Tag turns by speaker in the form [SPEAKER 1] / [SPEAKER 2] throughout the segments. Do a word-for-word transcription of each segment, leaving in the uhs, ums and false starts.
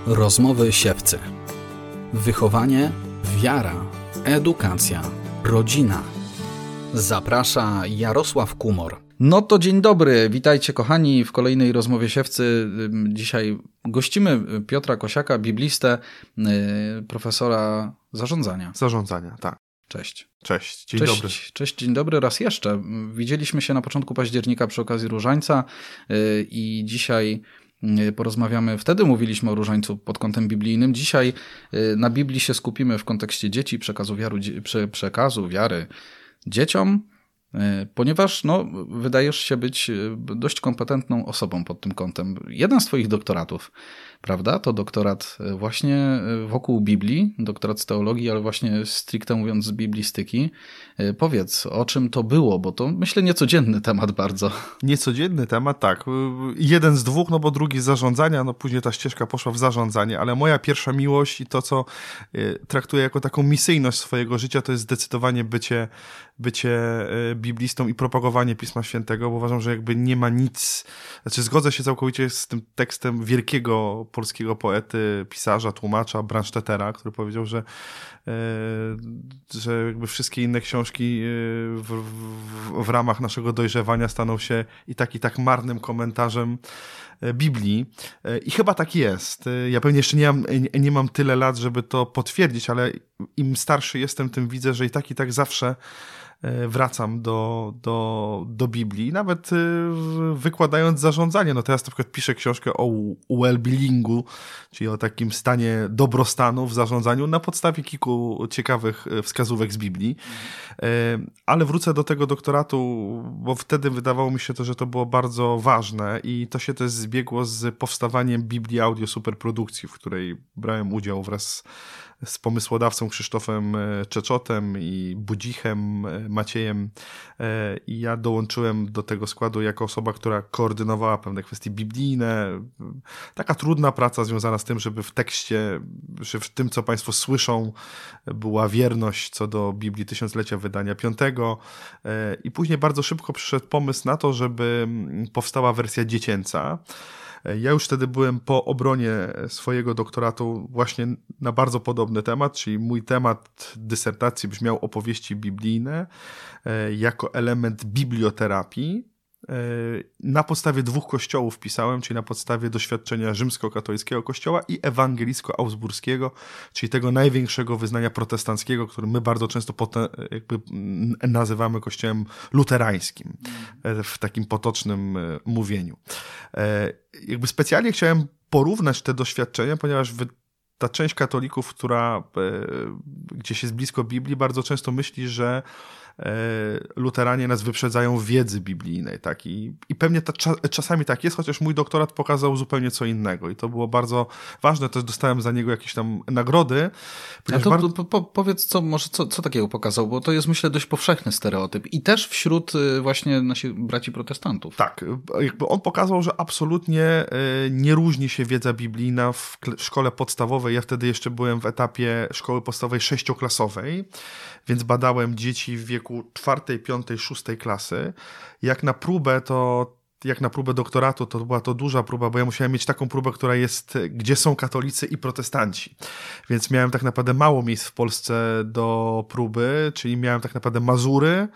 [SPEAKER 1] Rozmowy siewcy. Wychowanie, wiara, edukacja, rodzina. Zaprasza Jarosław Kumor.
[SPEAKER 2] No to dzień dobry, witajcie kochani w kolejnej rozmowie siewcy. Dzisiaj gościmy Piotra Kosiaka, biblistę, profesora zarządzania.
[SPEAKER 3] Zarządzania, tak.
[SPEAKER 2] Cześć.
[SPEAKER 3] Cześć, dzień
[SPEAKER 2] Cześć,
[SPEAKER 3] dobry.
[SPEAKER 2] Cześć, dzień dobry raz jeszcze. Widzieliśmy się na początku października przy okazji Różańca i dzisiaj porozmawiamy. Wtedy mówiliśmy o Różańcu pod kątem biblijnym. Dzisiaj na Biblii się skupimy w kontekście dzieci, przekazu, wiaru, przekazu wiary dzieciom, ponieważ no, wydajesz się być dość kompetentną osobą pod tym kątem. Jeden z twoich doktoratów, prawda, to doktorat właśnie wokół Biblii, doktorat z teologii, ale właśnie stricte mówiąc z biblistyki. Powiedz, o czym to było, bo to myślę niecodzienny temat bardzo.
[SPEAKER 3] Niecodzienny temat, tak. Jeden z dwóch, no bo drugi z zarządzania, no później ta ścieżka poszła w zarządzanie, ale moja pierwsza miłość i to, co traktuję jako taką misyjność swojego życia, to jest zdecydowanie bycie, bycie biblistą i propagowanie Pisma Świętego, bo uważam, że jakby nie ma nic, znaczy zgodzę się całkowicie z tym tekstem wielkiego polskiego poety, pisarza, tłumacza Bransztetera, który powiedział, że, że jakby wszystkie inne książki w, w, w ramach naszego dojrzewania staną się i tak i tak marnym komentarzem Biblii. I chyba tak jest. Ja pewnie jeszcze nie mam, nie mam tyle lat, żeby to potwierdzić, ale im starszy jestem, tym widzę, że i tak i tak zawsze wracam do, do, do Biblii, nawet wykładając zarządzanie. No teraz na przykład piszę książkę o well-beingu, czyli o takim stanie dobrostanu w zarządzaniu na podstawie kilku ciekawych wskazówek z Biblii. Ale wrócę do tego doktoratu, bo wtedy wydawało mi się to, że to było bardzo ważne i to się też zbiegło z powstawaniem Biblii Audio Superprodukcji, w której brałem udział wraz z pomysłodawcą Krzysztofem Czeczotem i Budzichem Maciejem i ja dołączyłem do tego składu jako osoba, która koordynowała pewne kwestie biblijne. Taka trudna praca związana z tym, żeby w tekście, że w tym, co Państwo słyszą, była wierność co do Biblii Tysiąclecia Wydania Piątego i później bardzo szybko przyszedł pomysł na to, żeby powstała wersja dziecięca. Ja już wtedy byłem po obronie swojego doktoratu właśnie na bardzo podobny temat, czyli mój temat dysertacji brzmiał opowieści biblijne jako element biblioterapii. Na podstawie dwóch kościołów pisałem, czyli na podstawie doświadczenia rzymskokatolickiego kościoła i ewangelicko-augsburskiego, czyli tego największego wyznania protestanckiego, który my bardzo często potem jakby nazywamy kościołem luterańskim w takim potocznym mówieniu. Jakby specjalnie chciałem porównać te doświadczenia, ponieważ ta część katolików, która gdzieś jest blisko Biblii, bardzo często myśli, że luteranie nas wyprzedzają w wiedzy biblijnej, tak? I, i pewnie to cza, czasami tak jest, chociaż mój doktorat pokazał zupełnie co innego i to było bardzo ważne, też dostałem za niego jakieś tam nagrody.
[SPEAKER 2] A to
[SPEAKER 3] bardzo...
[SPEAKER 2] po, po, powiedz, co może co, co takiego pokazał, bo to jest myślę dość powszechny stereotyp i też wśród właśnie naszych braci protestantów.
[SPEAKER 3] Tak, jakby on pokazał, że absolutnie nie różni się wiedza biblijna w szkole podstawowej. Ja wtedy jeszcze byłem w etapie szkoły podstawowej sześcioklasowej, więc badałem dzieci w wieku czwartej, piątej, szóstej klasy. Jak na próbę to, jak na próbę doktoratu, to była to duża próba, bo ja musiałem mieć taką próbę, która jest, gdzie są katolicy i protestanci. Więc miałem tak naprawdę mało miejsc w Polsce do próby, czyli miałem tak naprawdę Mazury.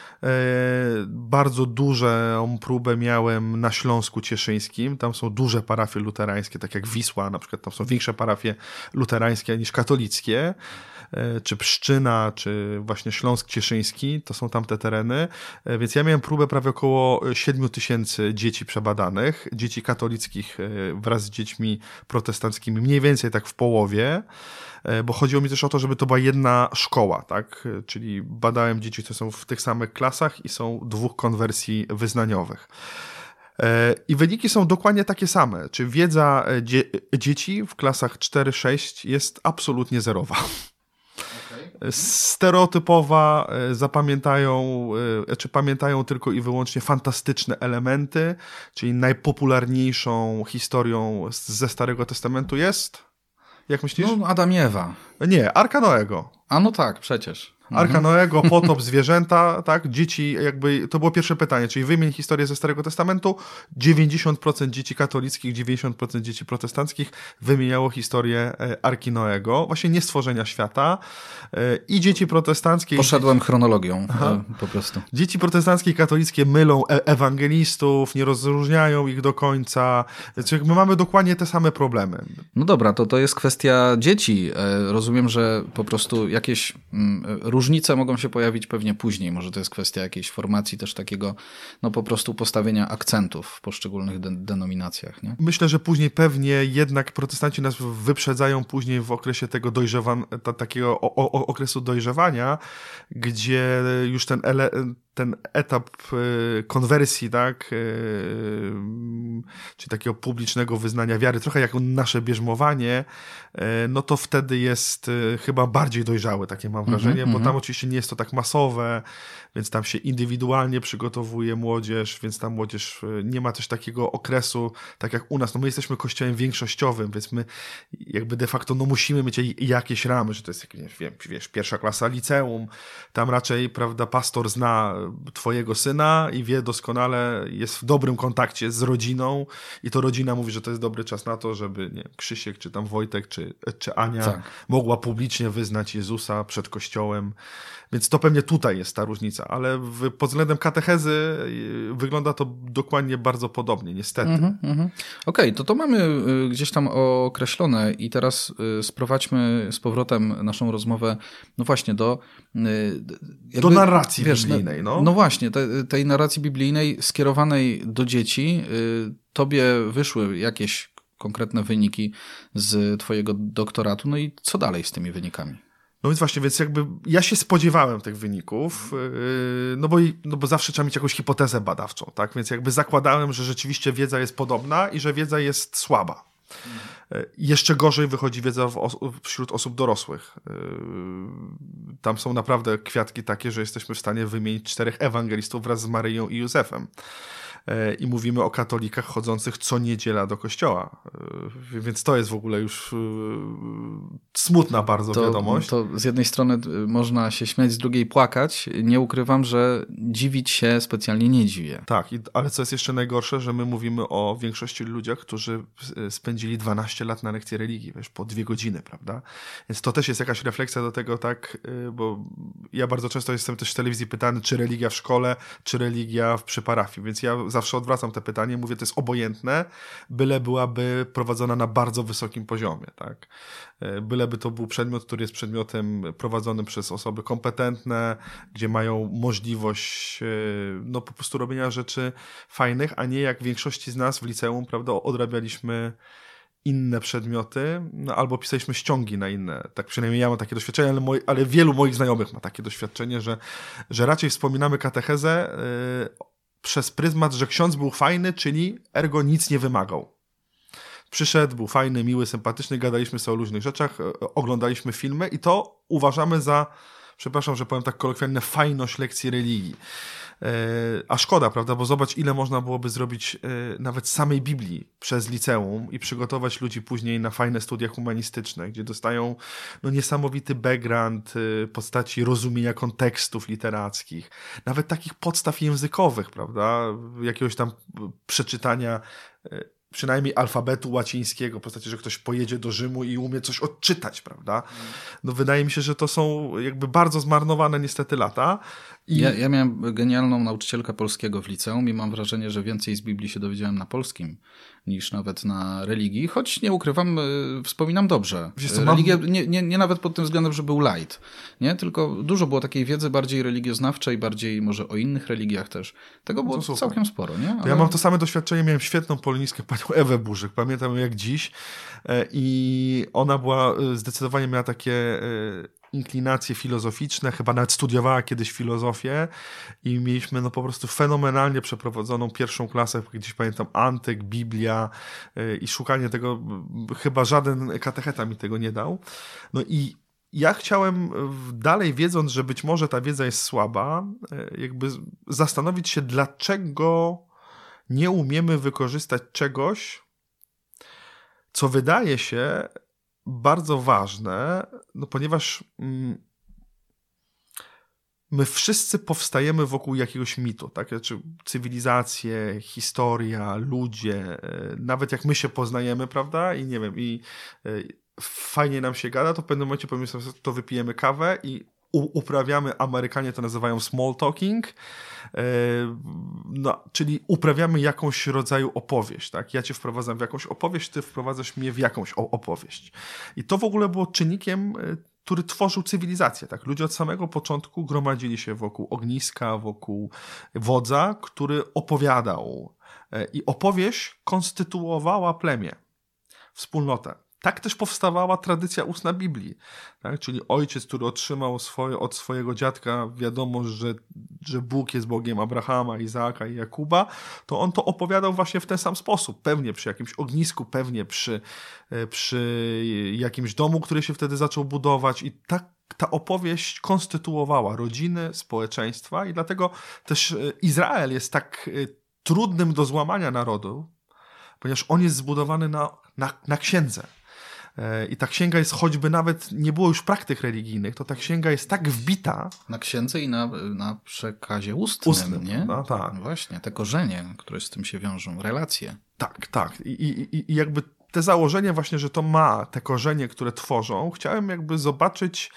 [SPEAKER 3] Bardzo dużą próbę miałem na Śląsku Cieszyńskim. Tam są duże parafie luterańskie, tak jak Wisła, na przykład tam są większe parafie luterańskie niż katolickie, czy Pszczyna, czy właśnie Śląsk Cieszyński, to są tamte tereny. Więc ja miałem próbę prawie około siedmiu tysięcy dzieci przebadanych, dzieci katolickich wraz z dziećmi protestanckimi, mniej więcej tak w połowie, bo chodziło mi też o to, żeby to była jedna szkoła, tak? Czyli badałem dzieci, które są w tych samych klasach i są dwóch konwersji wyznaniowych. I wyniki są dokładnie takie same. Czy wiedza dzie- dzieci w klasach cztery sześć jest absolutnie zerowa. Stereotypowa, zapamiętają, czy pamiętają tylko i wyłącznie fantastyczne elementy, czyli najpopularniejszą historią ze Starego Testamentu jest... Jak myślisz?
[SPEAKER 2] No, Adam i Ewa.
[SPEAKER 3] Nie, Arka Noego.
[SPEAKER 2] A no tak, przecież.
[SPEAKER 3] Arka Noego, potop, zwierzęta, tak? Dzieci jakby, to było pierwsze pytanie, czyli wymień historię ze Starego Testamentu. dziewięćdziesiąt procent dzieci katolickich, dziewięćdziesiąt procent dzieci protestanckich wymieniało historię Arki Noego, właśnie nie stworzenia świata. I dzieci protestanckie...
[SPEAKER 2] Poszedłem chronologią Aha. po prostu.
[SPEAKER 3] Dzieci protestanckie i katolickie mylą e- ewangelistów, nie rozróżniają ich do końca. Więc my mamy dokładnie te same problemy.
[SPEAKER 2] No dobra, to to jest kwestia dzieci. Rozumiem, że po prostu jakieś różnice mogą się pojawić pewnie później. Może to jest kwestia jakiejś formacji też takiego, no po prostu postawienia akcentów w poszczególnych de- denominacjach. Nie?
[SPEAKER 3] Myślę, że później pewnie jednak protestanci nas wyprzedzają później w okresie tego dojrzewania, ta, takiego o, o, okresu dojrzewania, gdzie już ten ele- ten etap y, konwersji, tak, y, czyli takiego publicznego wyznania wiary, trochę jak nasze bierzmowanie, y, no to wtedy jest y, chyba bardziej dojrzały, takie mam wrażenie, mm-hmm, bo tam oczywiście nie jest to tak masowe, więc tam się indywidualnie przygotowuje młodzież, więc ta młodzież y, nie ma też takiego okresu, tak jak u nas, no my jesteśmy kościołem większościowym, więc my jakby de facto no musimy mieć jakieś ramy, że to jest jakieś, wiesz, pierwsza klasa liceum, tam raczej, prawda, pastor zna twojego syna i wie doskonale, jest w dobrym kontakcie z rodziną i to rodzina mówi, że to jest dobry czas na to, żeby nie, Krzysiek, czy tam Wojtek, czy, czy Ania tak. mogła publicznie wyznać Jezusa przed Kościołem. Więc to pewnie tutaj jest ta różnica, ale w, pod względem katechezy wygląda to dokładnie bardzo podobnie, niestety.
[SPEAKER 2] Mm-hmm, mm-hmm. Okej, okay, to to mamy gdzieś tam określone i teraz sprowadźmy z powrotem naszą rozmowę, no właśnie do...
[SPEAKER 3] Jakby, do narracji wiesz, biblijnej. No,
[SPEAKER 2] no właśnie, te, tej narracji biblijnej skierowanej do dzieci. Tobie wyszły jakieś konkretne wyniki z twojego doktoratu, no i co dalej z tymi wynikami?
[SPEAKER 3] No więc właśnie, więc jakby ja się spodziewałem tych wyników, yy, no, bo, no bo zawsze trzeba mieć jakąś hipotezę badawczą, tak? Więc jakby zakładałem, że rzeczywiście wiedza jest podobna i że wiedza jest słaba. Mhm. Jeszcze gorzej wychodzi wiedza w os- wśród osób dorosłych. Yy, tam są naprawdę kwiatki takie, że jesteśmy w stanie wymienić czterech ewangelistów wraz z Maryją i Józefem. I mówimy o katolikach chodzących co niedziela do kościoła. Więc to jest w ogóle już smutna bardzo
[SPEAKER 2] to,
[SPEAKER 3] wiadomość.
[SPEAKER 2] To z jednej strony można się śmiać, z drugiej płakać. Nie ukrywam, że dziwić się specjalnie nie dziwię.
[SPEAKER 3] Tak, ale co jest jeszcze najgorsze, że my mówimy o większości ludziach, którzy spędzili dwanaście lat na lekcji religii, wiesz, po dwie godziny, prawda? Więc to też jest jakaś refleksja do tego, tak, bo ja bardzo często jestem też w telewizji pytany, czy religia w szkole, czy religia przy parafii, więc ja zawsze odwracam te pytanie, mówię, to jest obojętne, byle byłaby prowadzona na bardzo wysokim poziomie, tak? Byleby to był przedmiot, który jest przedmiotem prowadzonym przez osoby kompetentne, gdzie mają możliwość no po prostu robienia rzeczy fajnych, a nie jak większości z nas w liceum, prawda, odrabialiśmy inne przedmioty, no, albo pisaliśmy ściągi na inne. Tak przynajmniej ja mam takie doświadczenie, ale, moi, ale wielu moich znajomych ma takie doświadczenie, że, że raczej wspominamy katechezę yy, przez pryzmat, że ksiądz był fajny, czyli ergo nic nie wymagał. Przyszedł, był fajny, miły, sympatyczny, gadaliśmy sobie o różnych rzeczach, oglądaliśmy filmy i to uważamy za, przepraszam, że powiem tak kolokwialnie, fajność lekcji religii. A szkoda, prawda, bo zobacz, ile można byłoby zrobić nawet samej Biblii przez liceum i przygotować ludzi później na fajne studia humanistyczne, gdzie dostają no, niesamowity background w postaci rozumienia kontekstów literackich, nawet takich podstaw językowych, prawda, jakiegoś tam przeczytania przynajmniej alfabetu łacińskiego, w postaci, że ktoś pojedzie do Rzymu i umie coś odczytać, prawda? No wydaje mi się, że to są jakby bardzo zmarnowane niestety lata. I...
[SPEAKER 2] Ja, ja miałem genialną nauczycielkę polskiego w liceum i mam wrażenie, że więcej z Biblii się dowiedziałem na polskim niż nawet na religii, choć nie ukrywam, yy, wspominam dobrze.
[SPEAKER 3] Wiesz,
[SPEAKER 2] Religia,
[SPEAKER 3] mam...
[SPEAKER 2] nie, nie, nie nawet pod tym względem, że był light, nie? Tylko dużo było takiej wiedzy bardziej religioznawczej, bardziej może o innych religiach też. Tego było no całkiem sporo, nie? Ale...
[SPEAKER 3] Ja mam to same doświadczenie, miałem świetną polinistkę, panią Ewę Burzyk, pamiętam jak dziś i ona była, zdecydowanie miała takie inklinacje filozoficzne, chyba nawet studiowała kiedyś filozofię i mieliśmy no po prostu fenomenalnie przeprowadzoną pierwszą klasę, gdzieś pamiętam Antyk, Biblia i szukanie tego, chyba żaden katecheta mi tego nie dał. No i ja chciałem dalej, wiedząc, że być może ta wiedza jest słaba, jakby zastanowić się, dlaczego nie umiemy wykorzystać czegoś, co wydaje się bardzo ważne, no ponieważ mm, my wszyscy powstajemy wokół jakiegoś mitu, tak? Znaczy cywilizacje, historia, ludzie, nawet jak my się poznajemy, prawda? I nie wiem, i fajnie nam się gada, to w pewnym momencie powiemy sobie, to wypijemy kawę i uprawiamy, Amerykanie to nazywają small talking, no, czyli uprawiamy jakąś rodzaju opowieść, tak? Ja cię wprowadzam w jakąś opowieść, ty wprowadzasz mnie w jakąś opowieść. I to w ogóle było czynnikiem, który tworzył cywilizację, tak? Ludzie od samego początku gromadzili się wokół ogniska, wokół wodza, który opowiadał. I opowieść konstytuowała plemię, wspólnotę. Tak też powstawała tradycja ustna Biblii, tak? Czyli ojciec, który otrzymał swoje, od swojego dziadka wiadomość, że, że Bóg jest Bogiem Abrahama, Izaaka i Jakuba, to on to opowiadał właśnie w ten sam sposób. Pewnie przy jakimś ognisku, pewnie przy, przy jakimś domu, który się wtedy zaczął budować i tak ta opowieść konstytuowała rodziny, społeczeństwa i dlatego też Izrael jest tak trudnym do złamania narodu, ponieważ on jest zbudowany na, na, na księdze. I ta księga jest, choćby nawet nie było już praktyk religijnych, to ta księga jest tak wbita.
[SPEAKER 2] Na księdze i na, na przekazie ustnym, ustnym nie?
[SPEAKER 3] No, tak.
[SPEAKER 2] No właśnie, te korzenie, które z tym się wiążą, relacje.
[SPEAKER 3] Tak, tak. I, i, i jakby te założenie właśnie, że to ma te korzenie, które tworzą, chciałem jakby zobaczyć,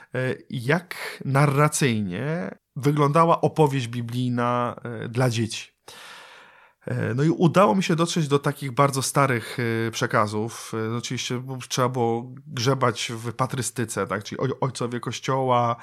[SPEAKER 3] jak narracyjnie wyglądała opowieść biblijna dla dzieci. No i udało mi się dotrzeć do takich bardzo starych przekazów. No oczywiście trzeba było grzebać w patrystyce, tak? Czyli ojcowie kościoła,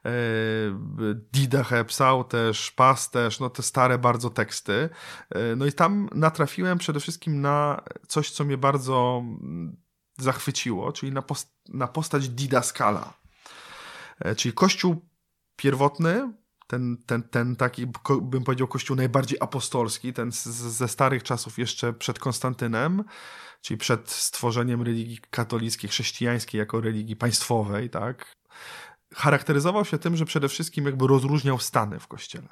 [SPEAKER 3] Didache, Psałterz, Pasterz, no te stare bardzo teksty. No i tam natrafiłem przede wszystkim na coś, co mnie bardzo zachwyciło, czyli na, post- na postać didaskala. Czyli kościół pierwotny, Ten, ten, ten taki, bym powiedział, kościół najbardziej apostolski, ten z, ze starych czasów jeszcze przed Konstantynem, czyli przed stworzeniem religii katolickiej, chrześcijańskiej jako religii państwowej, tak, charakteryzował się tym, że przede wszystkim jakby rozróżniał stany w kościele.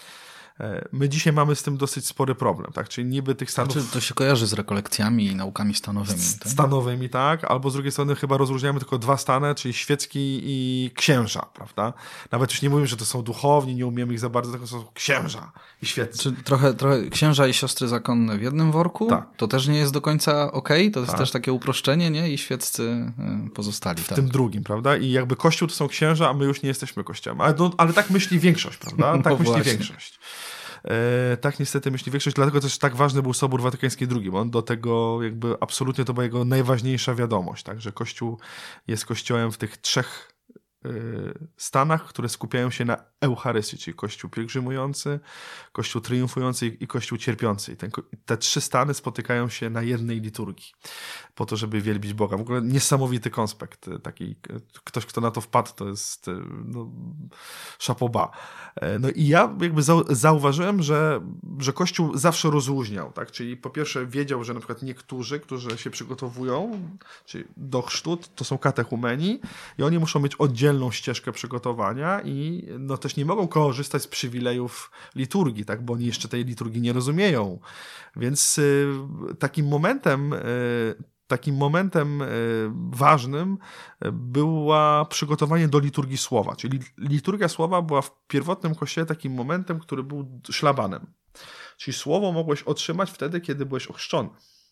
[SPEAKER 3] My dzisiaj mamy z tym dosyć spory problem, tak? Czyli niby tych stanów...
[SPEAKER 2] Znaczy, to się kojarzy z rekolekcjami i naukami stanowymi.
[SPEAKER 3] Tak? Stanowymi, tak. Albo z drugiej strony chyba rozróżniamy tylko dwa stany, czyli świecki i księża, prawda? Nawet już nie mówimy, że to są duchowni, nie umiemy ich za bardzo, tylko są księża i świeccy.
[SPEAKER 2] Czy trochę, trochę księża i siostry zakonne w jednym worku?
[SPEAKER 3] Tak.
[SPEAKER 2] To też nie jest do końca okej? Okay? To jest
[SPEAKER 3] tak.
[SPEAKER 2] też takie uproszczenie, nie? I świeccy pozostali.
[SPEAKER 3] W
[SPEAKER 2] tak.
[SPEAKER 3] tym drugim, prawda? I jakby kościół to są księża, a my już nie jesteśmy kościołem. Ale, no, ale tak myśli większość, prawda? Tak
[SPEAKER 2] no
[SPEAKER 3] myśli
[SPEAKER 2] właśnie.
[SPEAKER 3] większość. E, tak niestety myśli większość, dlatego też tak ważny był Sobór Watykański drugi, bo on do tego jakby absolutnie to była jego najważniejsza wiadomość, tak, że Kościół jest kościołem w tych trzech y, stanach, które skupiają się na Eucharystii, czyli Kościół pielgrzymujący, Kościół triumfujący i Kościół cierpiący. I ten, te trzy stany spotykają się na jednej liturgii po to, żeby wielbić Boga. W ogóle niesamowity konspekt. Taki, ktoś, kto na to wpadł, to jest no, szapoba. No i ja jakby zauważyłem, że, że Kościół zawsze rozluźniał, tak? Czyli po pierwsze wiedział, że na przykład niektórzy, którzy się przygotowują czyli do chrztu, to są katechumeni i oni muszą mieć oddzielną ścieżkę przygotowania i no też nie mogą korzystać z przywilejów liturgii, tak? Bo oni jeszcze tej liturgii nie rozumieją. Więc y, takim momentem y, Takim momentem ważnym było przygotowanie do liturgii słowa. Czyli liturgia słowa była w pierwotnym kościele takim momentem, który był szlabanem. Czyli słowo mogłeś otrzymać wtedy, kiedy byłeś ochrzczony.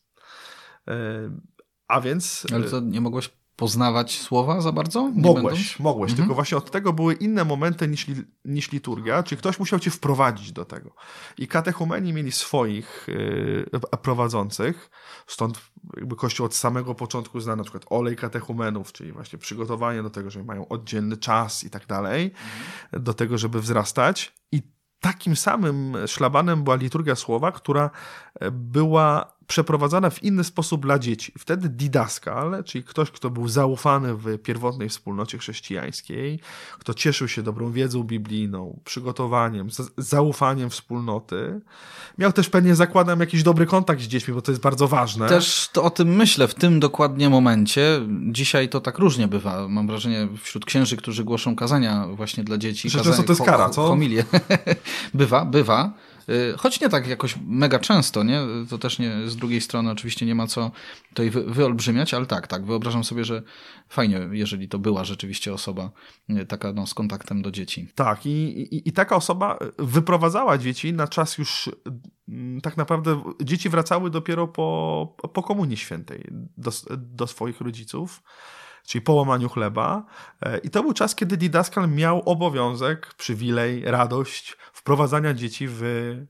[SPEAKER 3] A więc...
[SPEAKER 2] Ale to nie mogłeś poznawać słowa za bardzo? Nie
[SPEAKER 3] mogłeś,
[SPEAKER 2] będąc?
[SPEAKER 3] mogłeś.
[SPEAKER 2] Mhm.
[SPEAKER 3] Tylko właśnie od tego były inne momenty niż, li, niż liturgia, czyli ktoś musiał cię wprowadzić do tego. I katechumeni mieli swoich yy, prowadzących, stąd jakby Kościół od samego początku zna na przykład olej katechumenów, czyli właśnie przygotowanie do tego, że mają oddzielny czas i tak dalej, mhm. do tego, żeby wzrastać. I takim samym szlabanem była liturgia słowa, która była przeprowadzana w inny sposób dla dzieci. Wtedy didaskal, czyli ktoś, kto był zaufany w pierwotnej wspólnocie chrześcijańskiej, kto cieszył się dobrą wiedzą biblijną, przygotowaniem, zaufaniem wspólnoty, miał też pewnie, zakładam, jakiś dobry kontakt z dziećmi, bo to jest bardzo ważne.
[SPEAKER 2] Też to o tym myślę w tym dokładnie momencie. Dzisiaj to tak różnie bywa. Mam wrażenie wśród księży, którzy głoszą kazania właśnie dla dzieci.
[SPEAKER 3] Że często to jest kara, co?
[SPEAKER 2] Homilię. bywa, bywa. Choć nie tak jakoś mega często, nie? To też nie, z drugiej strony oczywiście nie ma co tutaj wy, wyolbrzymiać, ale tak, tak, wyobrażam sobie, że fajnie, jeżeli to była rzeczywiście osoba taka no, z kontaktem do dzieci.
[SPEAKER 3] Tak, i, i, i taka osoba wyprowadzała dzieci na czas już, tak naprawdę dzieci wracały dopiero po, po Komunii Świętej do, do swoich rodziców, czyli po łamaniu chleba. I to był czas, kiedy didaskal miał obowiązek, przywilej, radość wprowadzania dzieci w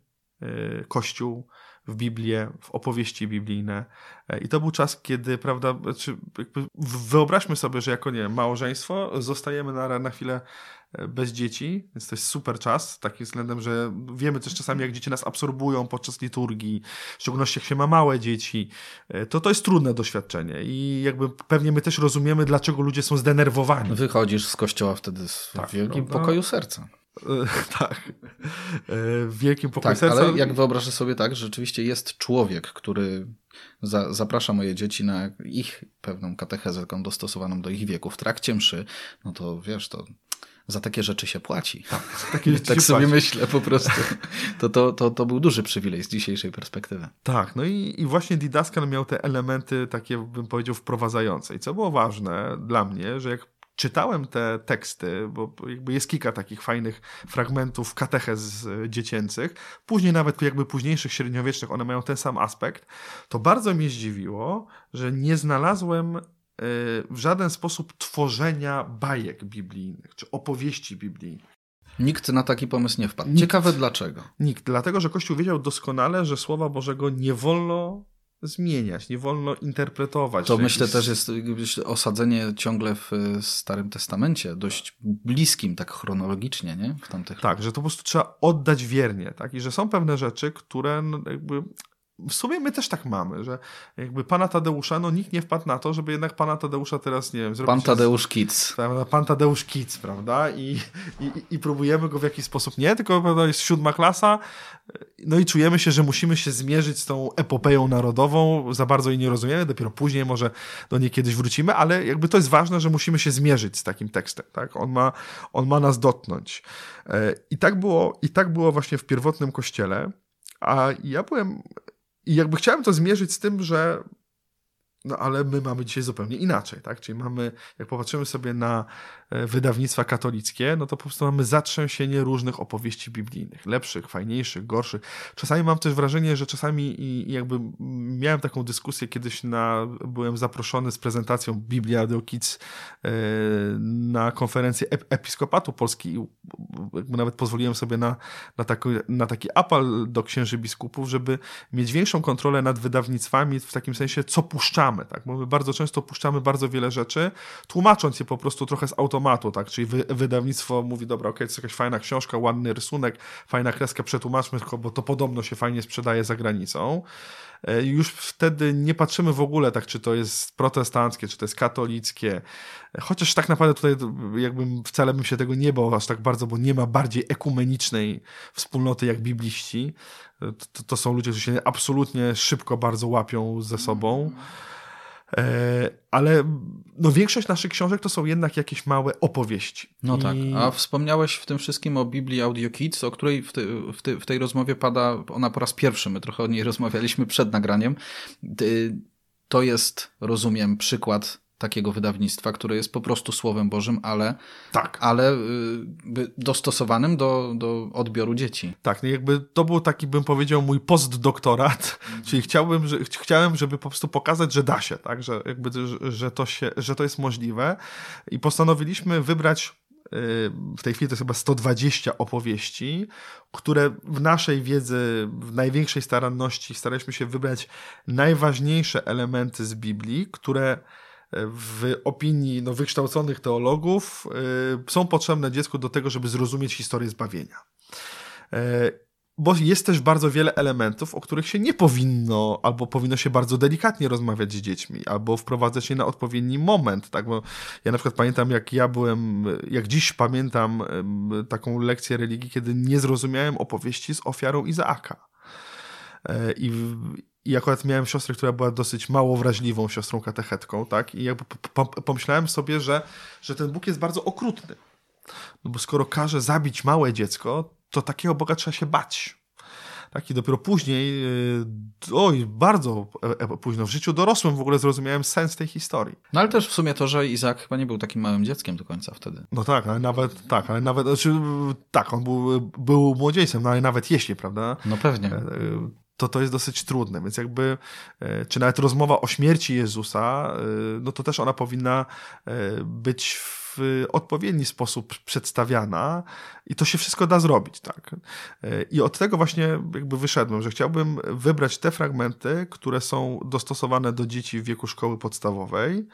[SPEAKER 3] Kościół, w Biblię, w opowieści biblijne. I to był czas, kiedy, prawda, czy jakby wyobraźmy sobie, że jako, nie wiem, małżeństwo zostajemy na, na chwilę bez dzieci, więc to jest super czas, takim względem, że wiemy też czasami, jak dzieci nas absorbują podczas liturgii, w szczególności jak się ma małe dzieci, to to jest trudne doświadczenie i jakby pewnie my też rozumiemy, dlaczego ludzie są zdenerwowani.
[SPEAKER 2] Wychodzisz z kościoła wtedy w tak, wielkim prawda? pokoju serca.
[SPEAKER 3] Tak, w wielkim pokoju
[SPEAKER 2] tak,
[SPEAKER 3] serca.
[SPEAKER 2] Ale jak wyobrażę sobie tak, że rzeczywiście jest człowiek, który za, zaprasza moje dzieci na ich pewną katechezę, taką dostosowaną do ich wieku w trakcie mszy, no to wiesz, to za takie rzeczy się płaci. Tak, takie rzeczy tak się sobie płaci. Myślę po prostu. To, to, to, to był duży przywilej z dzisiejszej perspektywy.
[SPEAKER 3] Tak, no i, i właśnie didaskal miał te elementy takie, bym powiedział, wprowadzające. I co było ważne dla mnie, że jak czytałem te teksty, bo jakby jest kilka takich fajnych fragmentów katechez dziecięcych, później nawet jakby późniejszych średniowiecznych, one mają ten sam aspekt, to bardzo mnie zdziwiło, że nie znalazłem w żaden sposób tworzenia bajek biblijnych, czy opowieści biblijnych.
[SPEAKER 2] Nikt na taki pomysł nie wpadł.
[SPEAKER 3] Nikt,
[SPEAKER 2] Ciekawe dlaczego.
[SPEAKER 3] Nikt, dlatego że Kościół wiedział doskonale, że Słowa Bożego nie wolno zmieniać, nie wolno interpretować.
[SPEAKER 2] To myślę też jest osadzenie ciągle w Starym Testamencie, dość bliskim tak chronologicznie, nie? W tamtych
[SPEAKER 3] tak, że to po prostu trzeba oddać wiernie, tak? I że są pewne rzeczy, które no jakby w sumie my też tak mamy, że jakby pana Tadeusza, no nikt nie wpadł na to, żeby jednak pana Tadeusza teraz, nie wiem, zrobić...
[SPEAKER 2] Pan Tadeusz Kids.
[SPEAKER 3] Prawda? Pan Tadeusz Kids, prawda? I, i, i próbujemy go w jakiś sposób, nie, tylko prawda, jest siódma klasa, no i czujemy się, że musimy się zmierzyć z tą epopeją narodową, za bardzo jej nie rozumiemy, dopiero później może do niej kiedyś wrócimy, ale jakby to jest ważne, że musimy się zmierzyć z takim tekstem, tak? On ma, on ma nas dotknąć. I tak było, i tak było właśnie w pierwotnym Kościele, a ja byłem... I jakby chciałem to zmierzyć z tym, że no ale my mamy dzisiaj zupełnie inaczej, tak? Czyli mamy, jak popatrzymy sobie na wydawnictwa katolickie, no to po prostu mamy zatrzęsienie różnych opowieści biblijnych. Lepszych, fajniejszych, gorszych. Czasami mam też wrażenie, że czasami i jakby miałem taką dyskusję kiedyś na, byłem zaproszony z prezentacją Biblia Audio Kids na konferencję Episkopatu Polski i jakby nawet pozwoliłem sobie na, na, taki, na taki apel do księży biskupów, żeby mieć większą kontrolę nad wydawnictwami w takim sensie, co puszczamy, tak? Bo my bardzo często puszczamy bardzo wiele rzeczy, tłumacząc je po prostu trochę z automatu, tak? Czyli wy, wydawnictwo mówi, dobra, okej, okay, to jest jakaś fajna książka, ładny rysunek, fajna kreska, przetłumaczmy tylko, bo to podobno się fajnie sprzedaje za granicą. Już wtedy nie patrzymy w ogóle tak, czy to jest protestanckie, czy to jest katolickie, chociaż tak naprawdę tutaj jakbym wcale bym się tego nie bał aż tak bardzo, bo nie ma bardziej ekumenicznej wspólnoty jak bibliści. To, to są ludzie, którzy się absolutnie szybko bardzo łapią ze sobą. Ale no większość naszych książek to są jednak jakieś małe opowieści.
[SPEAKER 2] No
[SPEAKER 3] I...
[SPEAKER 2] tak, a wspomniałeś w tym wszystkim o Biblii Audio Kids, o której w, ty, w, ty, w tej rozmowie pada ona po raz pierwszy, my trochę o niej rozmawialiśmy przed nagraniem. To jest, rozumiem, przykład takiego wydawnictwa, które jest po prostu Słowem Bożym, ale,
[SPEAKER 3] tak.
[SPEAKER 2] ale y, dostosowanym do, do odbioru dzieci.
[SPEAKER 3] Tak, no jakby to był taki, bym powiedział, mój postdoktorat, mm. czyli chciałbym, że, chciałem, żeby po prostu pokazać, że da się, tak, że, jakby, że, że, to się, że to jest możliwe i postanowiliśmy wybrać w tej chwili to jest chyba sto dwadzieścia opowieści, które w naszej wiedzy, w największej staranności staraliśmy się wybrać najważniejsze elementy z Biblii, które w opinii no, wykształconych teologów y, są potrzebne dziecku do tego, żeby zrozumieć historię zbawienia. Y, bo jest też bardzo wiele elementów, o których się nie powinno, albo powinno się bardzo delikatnie rozmawiać z dziećmi, albo wprowadzać je na odpowiedni moment. Tak? Bo ja na przykład pamiętam, jak ja byłem, jak dziś pamiętam y, taką lekcję religii, kiedy nie zrozumiałem opowieści z ofiarą Izaaka. Y, I I akurat miałem siostrę, która była dosyć mało wrażliwą siostrą katechetką, tak? I jakby pomyślałem sobie, że, że ten Bóg jest bardzo okrutny. No bo skoro każe zabić małe dziecko, to takiego Boga trzeba się bać. Tak? I dopiero później, oj, bardzo późno w życiu dorosłym w ogóle zrozumiałem sens tej historii.
[SPEAKER 2] No ale też w sumie to, że Izaak chyba nie był takim małym dzieckiem do końca wtedy.
[SPEAKER 3] No tak, ale nawet, tak, ale nawet, znaczy, tak, on był, był młodzieńcem, no ale nawet jeśli, prawda?
[SPEAKER 2] No pewnie.
[SPEAKER 3] To to jest dosyć trudne, więc jakby, czy nawet rozmowa o śmierci Jezusa, no to też ona powinna być w odpowiedni sposób przedstawiana i to się wszystko da zrobić, tak. I od tego właśnie jakby wyszedłem, że chciałbym wybrać te fragmenty, które są dostosowane do dzieci w wieku szkoły podstawowej,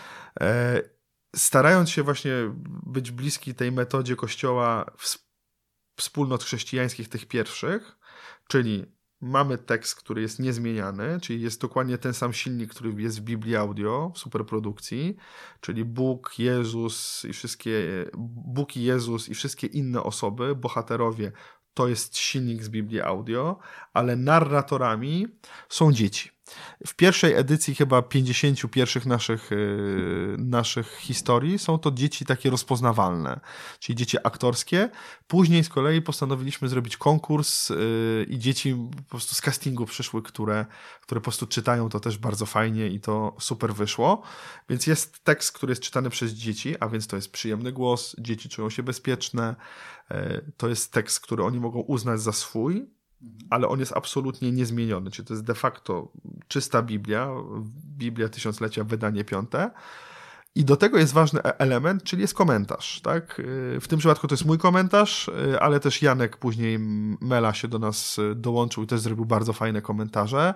[SPEAKER 3] starając się właśnie być bliski tej metodzie Kościoła wspólnot chrześcijańskich tych pierwszych, czyli mamy tekst, który jest niezmieniany, czyli jest dokładnie ten sam silnik, który jest w Biblii Audio, w superprodukcji, czyli Bóg, Jezus i wszystkie, Bóg i Jezus i wszystkie inne osoby, bohaterowie, to jest silnik z Biblii Audio, ale narratorami są dzieci. W pierwszej edycji chyba pięćdziesięciu pierwszych naszych, yy, naszych historii są to dzieci takie rozpoznawalne, czyli dzieci aktorskie. Później z kolei postanowiliśmy zrobić konkurs yy, i dzieci po prostu z castingu przyszły, które, które po prostu czytają to też bardzo fajnie i to super wyszło. Więc jest tekst, który jest czytany przez dzieci, a więc to jest przyjemny głos, dzieci czują się bezpieczne. Yy, to jest tekst, który oni mogą uznać za swój, ale on jest absolutnie niezmieniony, czyli to jest de facto czysta Biblia, Biblia Tysiąclecia, wydanie piąte i do tego jest ważny element, czyli jest komentarz, tak? W tym przypadku to jest mój komentarz, ale też Janek później Mela się do nas dołączył i też zrobił bardzo fajne komentarze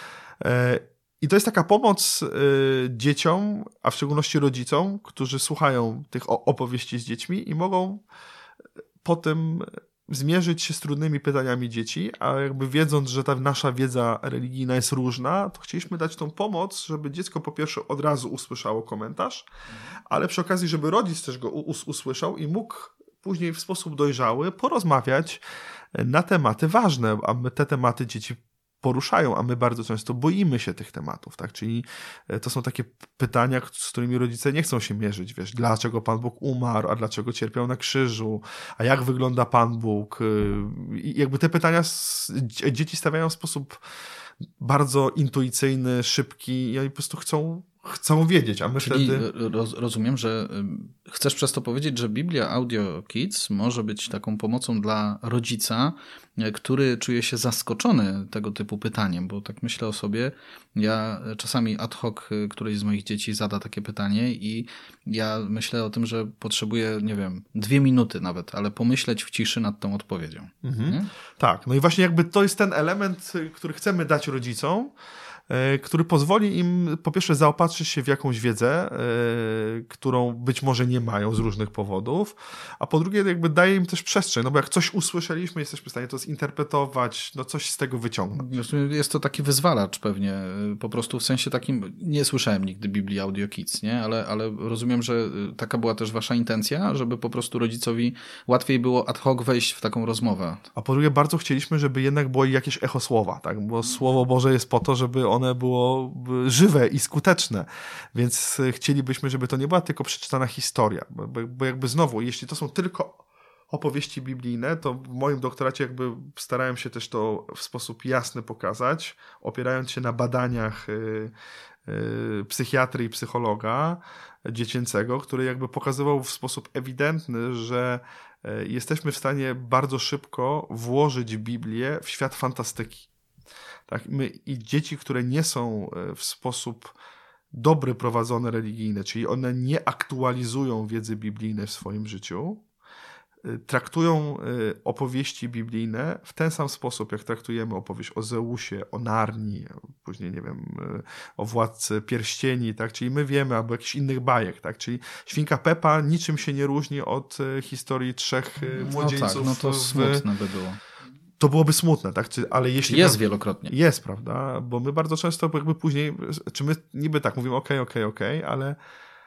[SPEAKER 3] i to jest taka pomoc dzieciom, a w szczególności rodzicom, którzy słuchają tych opowieści z dziećmi i mogą po tym zmierzyć się z trudnymi pytaniami dzieci, a jakby wiedząc, że ta nasza wiedza religijna jest różna, to chcieliśmy dać tą pomoc, żeby dziecko po pierwsze od razu usłyszało komentarz, ale przy okazji, żeby rodzic też go us- usłyszał i mógł później w sposób dojrzały porozmawiać na tematy ważne, a my te tematy dzieci poruszają, a my bardzo często boimy się tych tematów, tak? Czyli to są takie pytania, z którymi rodzice nie chcą się mierzyć, wiesz, dlaczego Pan Bóg umarł, a dlaczego cierpiał na krzyżu, a jak wygląda Pan Bóg? I jakby te pytania dzieci stawiają w sposób bardzo intuicyjny, szybki i oni po prostu chcą chcą wiedzieć, a my
[SPEAKER 2] Czyli
[SPEAKER 3] wtedy...
[SPEAKER 2] roz, rozumiem, że chcesz przez to powiedzieć, że Biblia Audio Kids może być taką pomocą dla rodzica, który czuje się zaskoczony tego typu pytaniem, bo tak myślę o sobie, ja czasami ad hoc któreś z moich dzieci zada takie pytanie i ja myślę o tym, że potrzebuję, nie wiem, dwie minuty nawet, ale pomyśleć w ciszy nad tą odpowiedzią.
[SPEAKER 3] Mhm. Tak, no i właśnie jakby to jest ten element, który chcemy dać rodzicom, który pozwoli im po pierwsze zaopatrzyć się w jakąś wiedzę, yy, którą być może nie mają z różnych powodów, a po drugie jakby daje im też przestrzeń, no bo jak coś usłyszeliśmy, jesteśmy w stanie to zinterpretować, no coś z tego wyciągnąć.
[SPEAKER 2] Jest to taki wyzwalacz pewnie, po prostu w sensie takim, nie słyszałem nigdy Biblii Audio Kids, nie? Ale, ale rozumiem, że taka była też wasza intencja, żeby po prostu rodzicowi łatwiej było ad hoc wejść w taką rozmowę.
[SPEAKER 3] A po drugie bardzo chcieliśmy, żeby jednak było jakieś echo słowa, tak? Bo Słowo Boże jest po to, żeby one było żywe i skuteczne, więc chcielibyśmy, żeby to nie była tylko przeczytana historia, bo, bo jakby znowu, jeśli to są tylko opowieści biblijne, to w moim doktoracie jakby starałem się też to w sposób jasny pokazać, opierając się na badaniach yy, yy, psychiatry i psychologa dziecięcego, który jakby pokazywał w sposób ewidentny, że yy, jesteśmy w stanie bardzo szybko włożyć Biblię w świat fantastyki. Tak, my, i dzieci, które nie są w sposób dobry prowadzone religijne, czyli one nie aktualizują wiedzy biblijnej w swoim życiu, traktują opowieści biblijne w ten sam sposób, jak traktujemy opowieść o Zeusie, o Narni, później, nie wiem, o Władcy Pierścieni, tak? Czyli my wiemy, albo jakichś innych bajek, tak? Czyli Świnka Pepa niczym się nie różni od historii trzech młodzieńców.
[SPEAKER 2] No tak, no to
[SPEAKER 3] w...
[SPEAKER 2] smutne by było.
[SPEAKER 3] To byłoby smutne, tak? Ale jeśli
[SPEAKER 2] jest
[SPEAKER 3] na...
[SPEAKER 2] wielokrotnie.
[SPEAKER 3] Jest, prawda? Bo my bardzo często jakby później, czy my niby tak mówimy okej, okej, okej, ale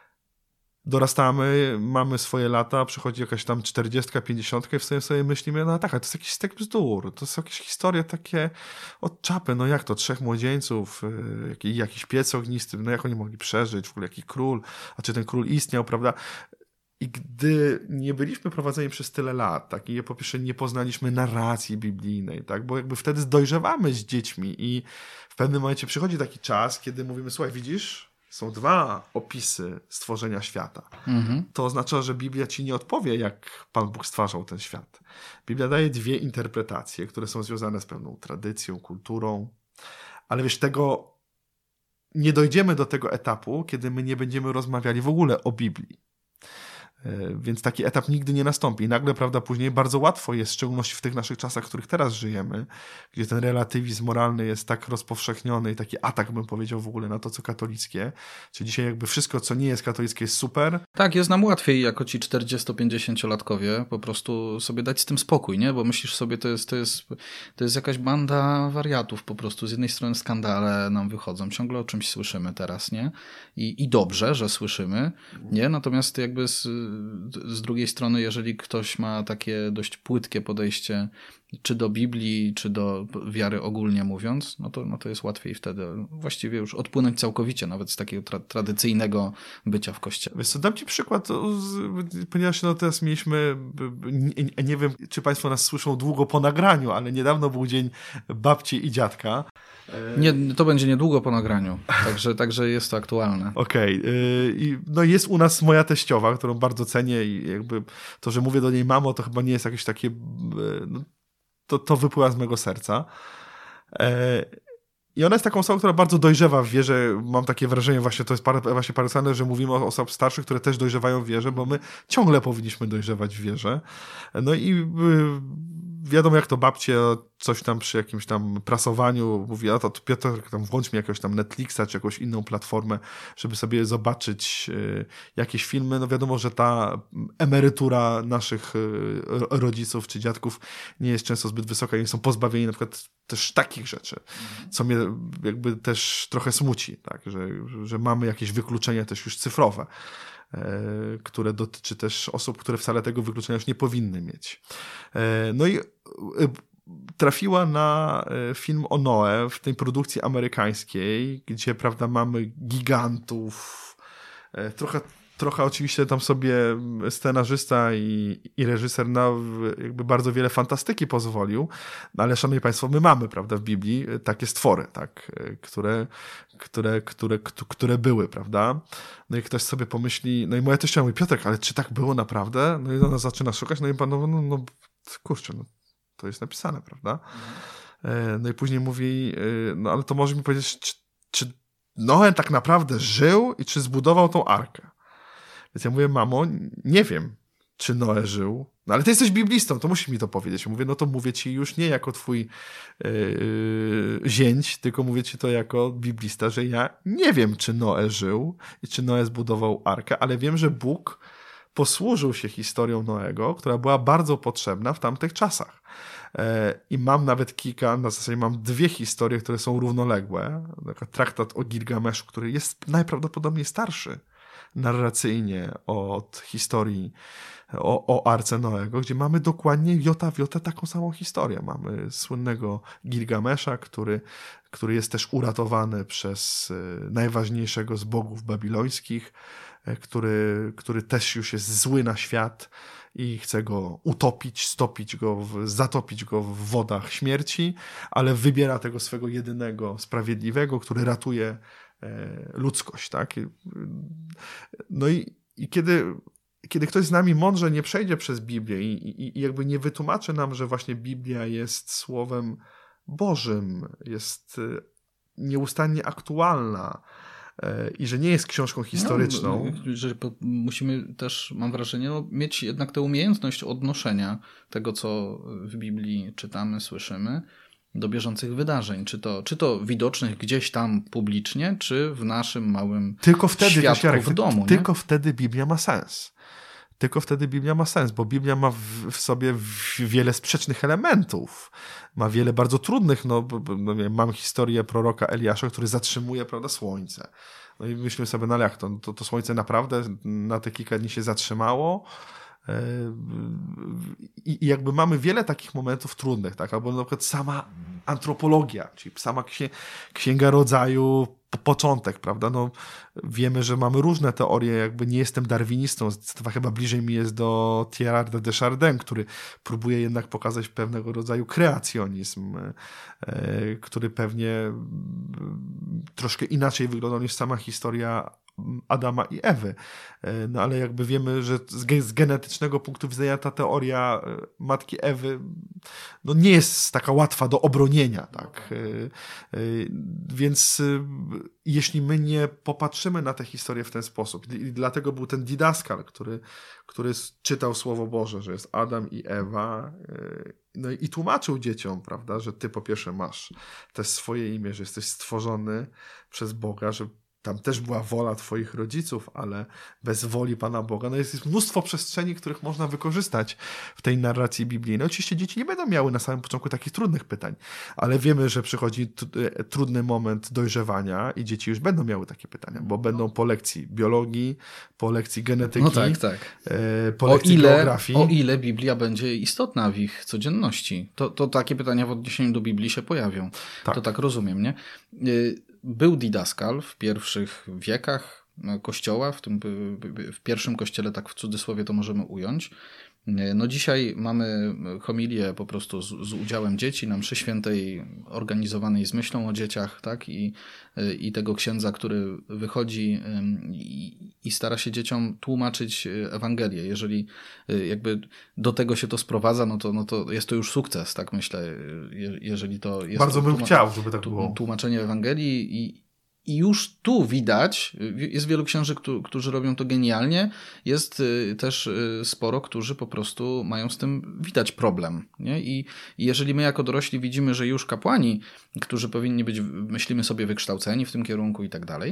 [SPEAKER 3] dorastamy, mamy swoje lata, przychodzi jakaś tam czterdziestka, pięćdziesiątka i w sobie, sobie myślimy, no tak, ale to jest jakiś stek bzdur, to są jakieś historie takie od czapy, no jak to, trzech młodzieńców, jakiś, jakiś piec ognisty, no jak oni mogli przeżyć, w ogóle jaki król, a czy ten król istniał, prawda? I gdy nie byliśmy prowadzeni przez tyle lat, tak, i po pierwsze nie poznaliśmy narracji biblijnej, tak, bo jakby wtedy dojrzewamy z dziećmi i w pewnym momencie przychodzi taki czas, kiedy mówimy, słuchaj, widzisz, są dwa opisy stworzenia świata. Mhm. To oznacza, że Biblia ci nie odpowie, jak Pan Bóg stwarzał ten świat. Biblia daje dwie interpretacje, które są związane z pewną tradycją, kulturą, ale wiesz, tego nie dojdziemy do tego etapu, kiedy my nie będziemy rozmawiali w ogóle o Biblii. Więc taki etap nigdy nie nastąpi. I nagle, prawda, później bardzo łatwo jest, w szczególności w tych naszych czasach, w których teraz żyjemy, gdzie ten relatywizm moralny jest tak rozpowszechniony i taki atak, bym powiedział, w ogóle na to, co katolickie. Czyli dzisiaj jakby wszystko, co nie jest katolickie, jest super.
[SPEAKER 2] Tak, jest nam łatwiej jako ci czterdziesto-pięćdziesięciolatkowie po prostu sobie dać z tym spokój, nie? Bo myślisz sobie, to jest, to jest, to jest jakaś banda wariatów po prostu. Z jednej strony skandale nam wychodzą, ciągle o czymś słyszymy teraz, nie? I, i dobrze, że słyszymy, nie? Natomiast jakby z Z drugiej strony, jeżeli ktoś ma takie dość płytkie podejście czy do Biblii, czy do wiary ogólnie mówiąc, no to, no to jest łatwiej wtedy właściwie już odpłynąć całkowicie nawet z takiego tra- tradycyjnego bycia w kościele.
[SPEAKER 3] Wiesz co, dam ci przykład, ponieważ no teraz mieliśmy, nie, nie wiem, czy państwo nas słyszą długo po nagraniu, ale niedawno był dzień babci i dziadka.
[SPEAKER 2] Nie, to będzie niedługo po nagraniu, także, także jest to aktualne.
[SPEAKER 3] Okej. Okay. No jest u nas moja teściowa, którą bardzo cenię i jakby to, że mówię do niej mamo, to chyba nie jest jakieś takie, no, to, to wypływa z mego serca. I ona jest taką osobą, która bardzo dojrzewa w wierze. Mam takie wrażenie, właśnie to jest par, właśnie paradoksalne, że mówimy o osobach starszych, które też dojrzewają w wierze, bo my ciągle powinniśmy dojrzewać w wierze. No i wiadomo, jak to babcie coś tam przy jakimś tam prasowaniu mówi, a to Piotr, tam włącz mi jakiegoś tam Netflixa czy jakąś inną platformę, żeby sobie zobaczyć y, jakieś filmy. No wiadomo, że ta emerytura naszych y, rodziców czy dziadków nie jest często zbyt wysoka i są pozbawieni na przykład też takich rzeczy, co mnie jakby też trochę smuci, tak? że, że mamy jakieś wykluczenia też już cyfrowe, które dotyczy też osób, które wcale tego wykluczenia już nie powinny mieć. No i trafiła na film o Noe w tej produkcji amerykańskiej, gdzie, prawda, mamy gigantów, trochę Trochę oczywiście tam sobie scenarzysta i, i reżyser na jakby bardzo wiele fantastyki pozwolił, no ale szanowni państwo, my mamy, prawda, w Biblii takie stwory, tak, które, które, które, które były, prawda. No i ktoś sobie pomyśli, no i moja teściowa mówi, Piotrek, ale czy tak było naprawdę? No i ona zaczyna szukać, no i pan, no, no, no kurczę, no, to jest napisane, prawda. No i później mówi, no ale to może mi powiedzieć, czy, czy Noe tak naprawdę żył i czy zbudował tą arkę? Więc ja mówię, mamo, nie wiem, czy Noe żył, no ale ty jesteś biblistą, to musisz mi to powiedzieć. Mówię, no to mówię ci już nie jako twój yy, zięć, tylko mówię ci to jako biblista, że ja nie wiem, czy Noe żył i czy Noe zbudował arkę, ale wiem, że Bóg posłużył się historią Noego, która była bardzo potrzebna w tamtych czasach. I mam nawet kilka, na zasadzie mam dwie historie, które są równoległe. Traktat o Gilgameszu, który jest najprawdopodobniej starszy narracyjnie od historii o, o Arce Noego, gdzie mamy dokładnie jota w jotę taką samą historię. Mamy słynnego Gilgamesza, który, który jest też uratowany przez najważniejszego z bogów babilońskich, który, który też już jest zły na świat i chce go utopić, stopić go, w, zatopić go w wodach śmierci, ale wybiera tego swego jedynego sprawiedliwego, który ratuje ludzkość, tak? No i, i kiedy, kiedy ktoś z nami mądrze nie przejdzie przez Biblię i, i, i jakby nie wytłumaczy nam, że właśnie Biblia jest słowem Bożym, jest nieustannie aktualna i że nie jest książką historyczną.
[SPEAKER 2] No, że musimy też, mam wrażenie, no, mieć jednak tę umiejętność odnoszenia tego, co w Biblii czytamy, słyszymy, do bieżących wydarzeń, czy to, czy to widocznych gdzieś tam publicznie, czy w naszym małym
[SPEAKER 3] tylko wtedy,
[SPEAKER 2] światku
[SPEAKER 3] Jarek,
[SPEAKER 2] w domu.
[SPEAKER 3] Tylko
[SPEAKER 2] nie?
[SPEAKER 3] wtedy Biblia ma sens. Tylko wtedy Biblia ma sens, bo Biblia ma w, w sobie wiele sprzecznych elementów. Ma wiele bardzo trudnych, no, no nie, mam historię proroka Eliasza, który zatrzymuje, prawda, słońce. No i myślimy sobie, no ale jak to, to, to słońce naprawdę na te kilka dni się zatrzymało. I jakby mamy wiele takich momentów trudnych, tak? Albo na przykład sama antropologia, czyli sama księga rodzaju po początek, prawda? No, wiemy, że mamy różne teorie, jakby nie jestem darwinistą, zdecydowanie chyba bliżej mi jest do Teilharda de Chardin, który próbuje jednak pokazać pewnego rodzaju kreacjonizm, e, który pewnie troszkę inaczej wyglądał niż sama historia Adama i Ewy. No ale jakby wiemy, że z, ge- z genetycznego punktu widzenia ta teoria matki Ewy no nie jest taka łatwa do obronienia, tak? Więc jeśli my nie popatrzymy na tę historię w ten sposób, i dlatego był ten didaskal, który, który czytał Słowo Boże, że jest Adam i Ewa, no i tłumaczył dzieciom, prawda, że ty po pierwsze masz też swoje imię, że jesteś stworzony przez Boga, że tam też była wola twoich rodziców, ale bez woli Pana Boga. No jest, jest mnóstwo przestrzeni, których można wykorzystać w tej narracji biblijnej. Oczywiście dzieci nie będą miały na samym początku takich trudnych pytań, ale wiemy, że przychodzi t- trudny moment dojrzewania i dzieci już będą miały takie pytania, bo będą po lekcji biologii, po lekcji genetyki,
[SPEAKER 2] no tak, tak.
[SPEAKER 3] E, po lekcji
[SPEAKER 2] o ile,
[SPEAKER 3] geografii.
[SPEAKER 2] O ile Biblia będzie istotna w ich codzienności. To, to takie pytania w odniesieniu do Biblii się pojawią.
[SPEAKER 3] Tak.
[SPEAKER 2] To tak rozumiem, nie? Był didaskal w pierwszych wiekach Kościoła, w tym w pierwszym kościele, tak w cudzysłowie to możemy ująć. No dzisiaj mamy homilię po prostu z, z udziałem dzieci na mszy świętej organizowanej z myślą o dzieciach, tak? I, i tego księdza, który wychodzi i, i stara się dzieciom tłumaczyć Ewangelię. Jeżeli jakby do tego się to sprowadza, no to, no to jest to już sukces, tak myślę. Je, jeżeli to jest
[SPEAKER 3] Bardzo bym
[SPEAKER 2] tłuma-
[SPEAKER 3] chciał, żeby tak było.
[SPEAKER 2] Tłumaczenie Ewangelii i I już tu widać, jest wielu księży, którzy robią to genialnie, jest też sporo, którzy po prostu mają z tym widać problem. Nie? I jeżeli my jako dorośli widzimy, że już kapłani, którzy powinni być, myślimy sobie, wykształceni w tym kierunku i tak dalej,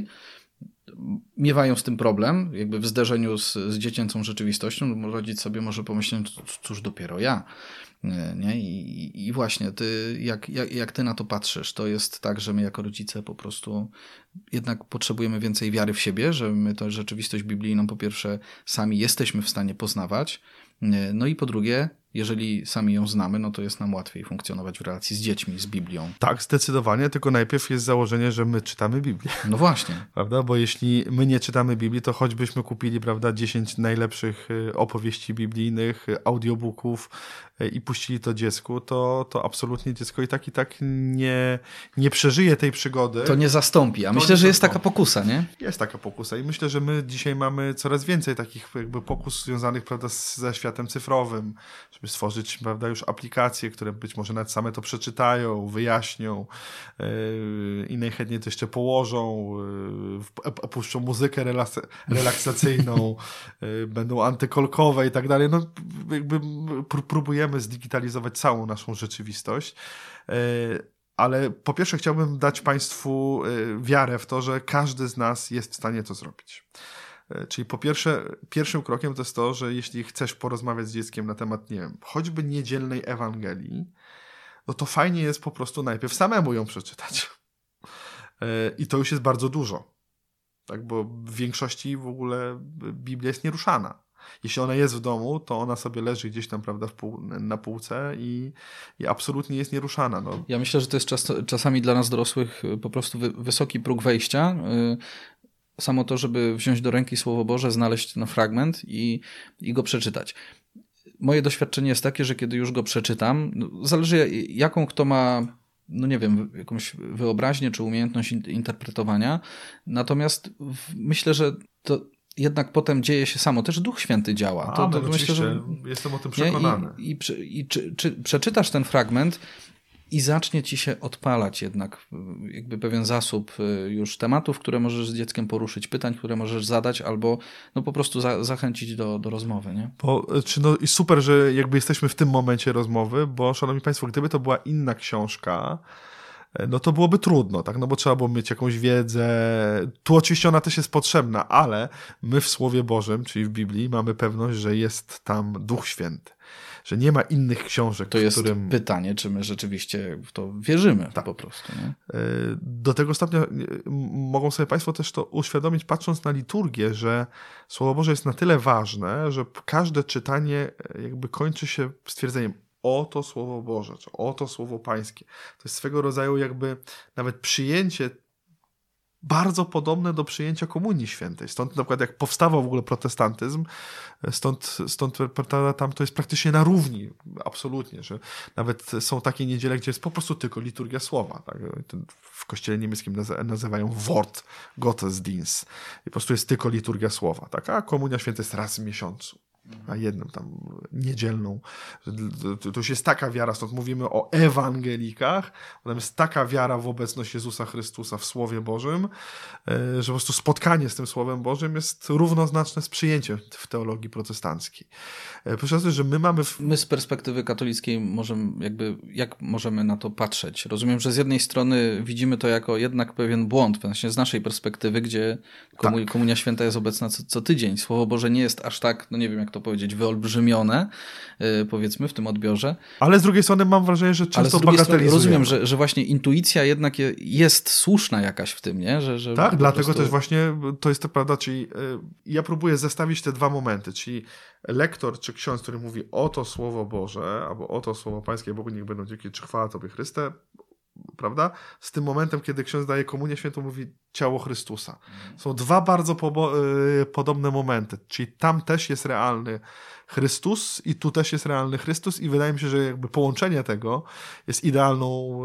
[SPEAKER 2] miewają z tym problem, jakby w zderzeniu z, z dziecięcą rzeczywistością, rodzic sobie może pomyśleć, cóż dopiero ja. Nie? I, I właśnie, ty, jak, jak, jak ty na to patrzysz, to jest tak, że my jako rodzice po prostu jednak potrzebujemy więcej wiary w siebie, że my tę rzeczywistość biblijną po pierwsze sami jesteśmy w stanie poznawać, no i po drugie, jeżeli sami ją znamy, no to jest nam łatwiej funkcjonować w relacji z dziećmi, z Biblią.
[SPEAKER 3] Tak, zdecydowanie, tylko najpierw jest założenie, że my czytamy Biblię.
[SPEAKER 2] No właśnie.
[SPEAKER 3] Prawda? Bo jeśli my nie czytamy Biblii, to choćbyśmy kupili, prawda, dziesięć najlepszych opowieści biblijnych, audiobooków i puścili to dziecku, to, to absolutnie dziecko i tak i tak nie, nie przeżyje tej przygody.
[SPEAKER 2] To nie zastąpi, a
[SPEAKER 3] To
[SPEAKER 2] myślę,
[SPEAKER 3] nie
[SPEAKER 2] że jest
[SPEAKER 3] zastąpi.
[SPEAKER 2] taka pokusa, nie?
[SPEAKER 3] Jest taka pokusa i myślę, że my dzisiaj mamy coraz więcej takich jakby pokus związanych, prawda, z, ze światem cyfrowym, żeby stworzyć, prawda, już aplikacje, które być może nawet same to przeczytają, wyjaśnią yy, i najchętniej to jeszcze położą, yy, puszczą muzykę relaks- relaksacyjną, yy, będą antykolkowe i tak dalej. No, jakby pró- próbujemy zdigitalizować całą naszą rzeczywistość. Yy, Ale po pierwsze chciałbym dać Państwu wiarę w to, że każdy z nas jest w stanie to zrobić. Czyli po pierwsze, pierwszym krokiem to jest to, że jeśli chcesz porozmawiać z dzieckiem na temat, nie wiem, choćby niedzielnej Ewangelii, no to fajnie jest po prostu najpierw samemu ją przeczytać. I to już jest bardzo dużo. Tak, bo w większości w ogóle Biblia jest nieruszana. Jeśli ona jest w domu, to ona sobie leży gdzieś tam, prawda, w pół, na półce i, i absolutnie jest nieruszana. No.
[SPEAKER 2] Ja myślę, że to jest czas, czasami dla nas dorosłych po prostu wy, wysoki próg wejścia. Samo to, żeby wziąć do ręki Słowo Boże, znaleźć ten fragment i, i go przeczytać. Moje doświadczenie jest takie, że kiedy już go przeczytam, no, zależy jaką kto ma, no nie wiem, jakąś wyobraźnię czy umiejętność interpretowania, natomiast w, myślę, że to jednak potem dzieje się samo. Też Duch Święty działa.
[SPEAKER 3] A,
[SPEAKER 2] to, to
[SPEAKER 3] no
[SPEAKER 2] myślę, że
[SPEAKER 3] jestem o tym przekonany.
[SPEAKER 2] I, i, i, i czy, czy przeczytasz ten fragment i zacznie ci się odpalać jednak jakby pewien zasób już tematów, które możesz z dzieckiem poruszyć, pytań, które możesz zadać, albo no po prostu za, zachęcić do, do rozmowy, nie?
[SPEAKER 3] Bo, czy no, i super, że jakby jesteśmy w tym momencie rozmowy, bo szanowni Państwo, gdyby to była inna książka, no to byłoby trudno, tak? No bo trzeba było mieć jakąś wiedzę. Tu oczywiście ona też jest potrzebna, ale my w Słowie Bożym, czyli w Biblii, mamy pewność, że jest tam Duch Święty. Że nie ma innych książek,
[SPEAKER 2] to
[SPEAKER 3] w
[SPEAKER 2] jest
[SPEAKER 3] którym...
[SPEAKER 2] pytanie, czy my rzeczywiście w to wierzymy
[SPEAKER 3] tak.
[SPEAKER 2] po prostu. Nie?
[SPEAKER 3] Do tego stopnia mogą sobie Państwo też to uświadomić, patrząc na liturgię, że Słowo Boże jest na tyle ważne, że każde czytanie jakby kończy się stwierdzeniem: oto Słowo Boże, czy oto Słowo Pańskie. To jest swego rodzaju jakby nawet przyjęcie bardzo podobne do przyjęcia Komunii Świętej. Stąd na przykład jak powstawał w ogóle protestantyzm, stąd, stąd tam to jest praktycznie na równi, absolutnie, że nawet są takie niedziele, gdzie jest po prostu tylko liturgia słowa. Tak? W kościele niemieckim nazywają Wort Gottesdienst. I po prostu jest tylko liturgia słowa. Tak? A Komunia Święta jest raz w miesiącu. Na jednym tam niedzielną. To już jest taka wiara, stąd mówimy o ewangelikach, tam jest taka wiara w obecność Jezusa Chrystusa w Słowie Bożym, że po prostu spotkanie z tym Słowem Bożym jest równoznaczne z przyjęciem w teologii protestanckiej. Proszę, że my mamy... W...
[SPEAKER 2] My z perspektywy katolickiej możemy jakby, jak możemy na to patrzeć? Rozumiem, że z jednej strony widzimy to jako jednak pewien błąd, właśnie z naszej perspektywy, gdzie komu- tak. Komunia Święta jest obecna co, co tydzień. Słowo Boże nie jest aż tak, no nie wiem jak to powiedzieć, wyolbrzymione, yy, powiedzmy, w tym odbiorze.
[SPEAKER 3] Ale z drugiej strony mam wrażenie, że często bagatelizujemy.
[SPEAKER 2] Rozumiem, że, że właśnie intuicja jednak je, jest słuszna jakaś w tym, nie? Że, że
[SPEAKER 3] tak, dlatego
[SPEAKER 2] prostu...
[SPEAKER 3] też właśnie to jest to prawda, czyli yy, ja próbuję zestawić te dwa momenty, czyli lektor czy ksiądz, który mówi oto Słowo Boże, albo oto Słowo Pańskie, Bogu niech będą dzięki, czy chwała Tobie Chryste, prawda? Z tym momentem, kiedy ksiądz daje komunię świętą, mówi ciało Chrystusa. Są dwa bardzo po, y, podobne momenty, czyli tam też jest realny Chrystus i tu też jest realny Chrystus i wydaje mi się, że jakby połączenie tego jest idealną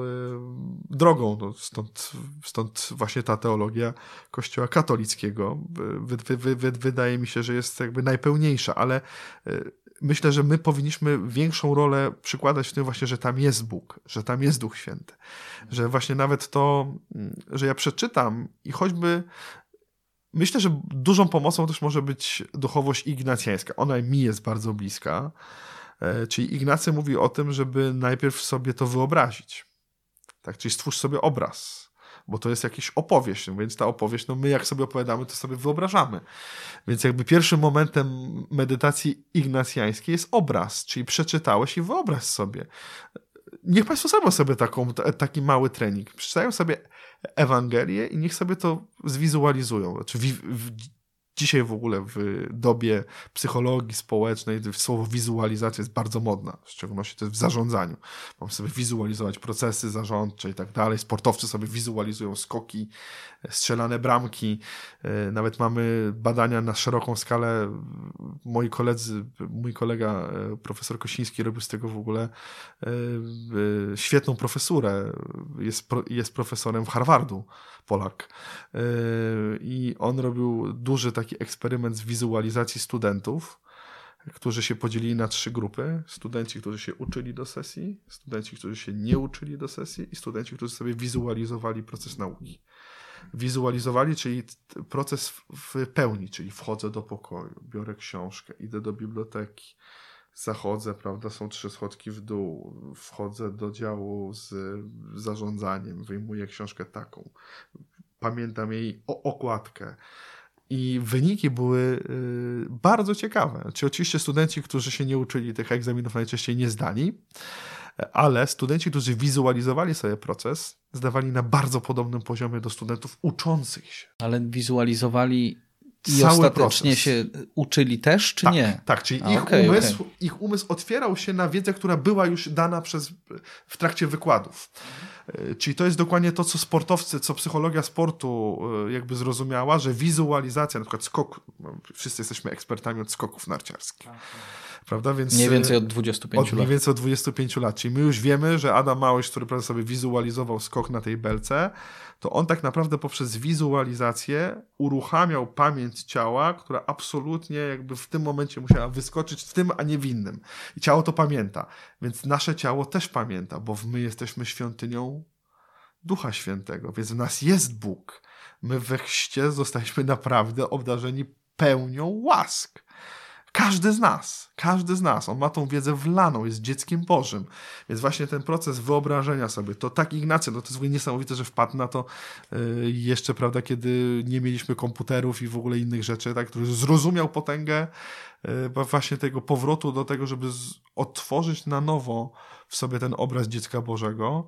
[SPEAKER 3] y, drogą. No, stąd, stąd właśnie ta teologia Kościoła katolickiego wy, wy, wy, wy, wydaje mi się, że jest jakby najpełniejsza, ale y, myślę, że my powinniśmy większą rolę przykładać w tym właśnie, że tam jest Bóg, że tam jest Duch Święty. Że właśnie nawet to, że ja przeczytam i choćby myślę, że dużą pomocą też może być duchowość ignacjańska. Ona mi jest bardzo bliska. Czyli Ignacy mówi o tym, żeby najpierw sobie to wyobrazić. Tak? Czyli stwórz sobie obraz. Bo to jest jakaś opowieść, więc ta opowieść, no my jak sobie opowiadamy, to sobie wyobrażamy. Więc jakby pierwszym momentem medytacji ignacjańskiej jest obraz, czyli przeczytałeś i wyobraź sobie. Niech Państwo zrobią sobie taką, taki mały trening. Przeczytają sobie Ewangelię i niech sobie to zwizualizują. Znaczy w, w, dzisiaj w ogóle w dobie psychologii społecznej słowo wizualizacja jest bardzo modna, w szczególności to jest w zarządzaniu. Mam sobie wizualizować procesy zarządcze i tak dalej. Sportowcy sobie wizualizują skoki, strzelane bramki. Nawet mamy badania na szeroką skalę. Moi koledzy, mój kolega profesor Kosiński robił z tego w ogóle świetną profesurę. Jest, jest profesorem w Harvardu, Polak. I on robił duży taki eksperyment z wizualizacji studentów, którzy się podzielili na trzy grupy. Studenci, którzy się uczyli do sesji, studenci, którzy się nie uczyli do sesji i studenci, którzy sobie wizualizowali proces nauki. Wizualizowali, czyli proces w pełni, czyli wchodzę do pokoju, biorę książkę, idę do biblioteki, zachodzę, prawda, są trzy schodki w dół, wchodzę do działu z zarządzaniem, wyjmuję książkę taką, pamiętam jej okładkę. I wyniki były y, bardzo ciekawe. Czyli oczywiście studenci, którzy się nie uczyli tych egzaminów, najczęściej nie zdali, ale studenci, którzy wizualizowali sobie proces, zdawali na bardzo podobnym poziomie do studentów uczących się.
[SPEAKER 2] Ale wizualizowali i
[SPEAKER 3] cały
[SPEAKER 2] ostatecznie
[SPEAKER 3] proces.
[SPEAKER 2] się uczyli też, czy
[SPEAKER 3] tak,
[SPEAKER 2] nie?
[SPEAKER 3] Tak, czyli
[SPEAKER 2] A,
[SPEAKER 3] ich,
[SPEAKER 2] okay,
[SPEAKER 3] umysł,
[SPEAKER 2] okay.
[SPEAKER 3] ich umysł otwierał się na wiedzę, która była już dana przez, w trakcie wykładów. Czyli to jest dokładnie to, co sportowcy, co psychologia sportu jakby zrozumiała, że wizualizacja, na przykład skok, wszyscy jesteśmy ekspertami od skoków narciarskich. Prawda? Więc
[SPEAKER 2] mniej więcej od dwudziestu pięciu
[SPEAKER 3] od
[SPEAKER 2] lat.
[SPEAKER 3] Mniej więcej od dwudziestu pięciu lat. Czyli my już wiemy, że Adam Małysz, który prawda, sobie wizualizował skok na tej belce, to on tak naprawdę poprzez wizualizację uruchamiał pamięć ciała, która absolutnie jakby w tym momencie musiała wyskoczyć w tym, a nie w innym. I ciało to pamięta. Więc nasze ciało też pamięta, bo my jesteśmy świątynią Ducha Świętego, więc w nas jest Bóg. My we chrzcie zostaliśmy naprawdę obdarzeni pełnią łask. Każdy z nas, każdy z nas, on ma tą wiedzę wlaną, jest dzieckiem Bożym. Więc właśnie ten proces wyobrażenia sobie, to tak Ignacy, no to jest w ogóle niesamowite, że wpadł na to yy, jeszcze, prawda, kiedy nie mieliśmy komputerów i w ogóle innych rzeczy, tak, który zrozumiał potęgę yy, właśnie tego powrotu do tego, żeby z, otworzyć na nowo w sobie ten obraz dziecka Bożego.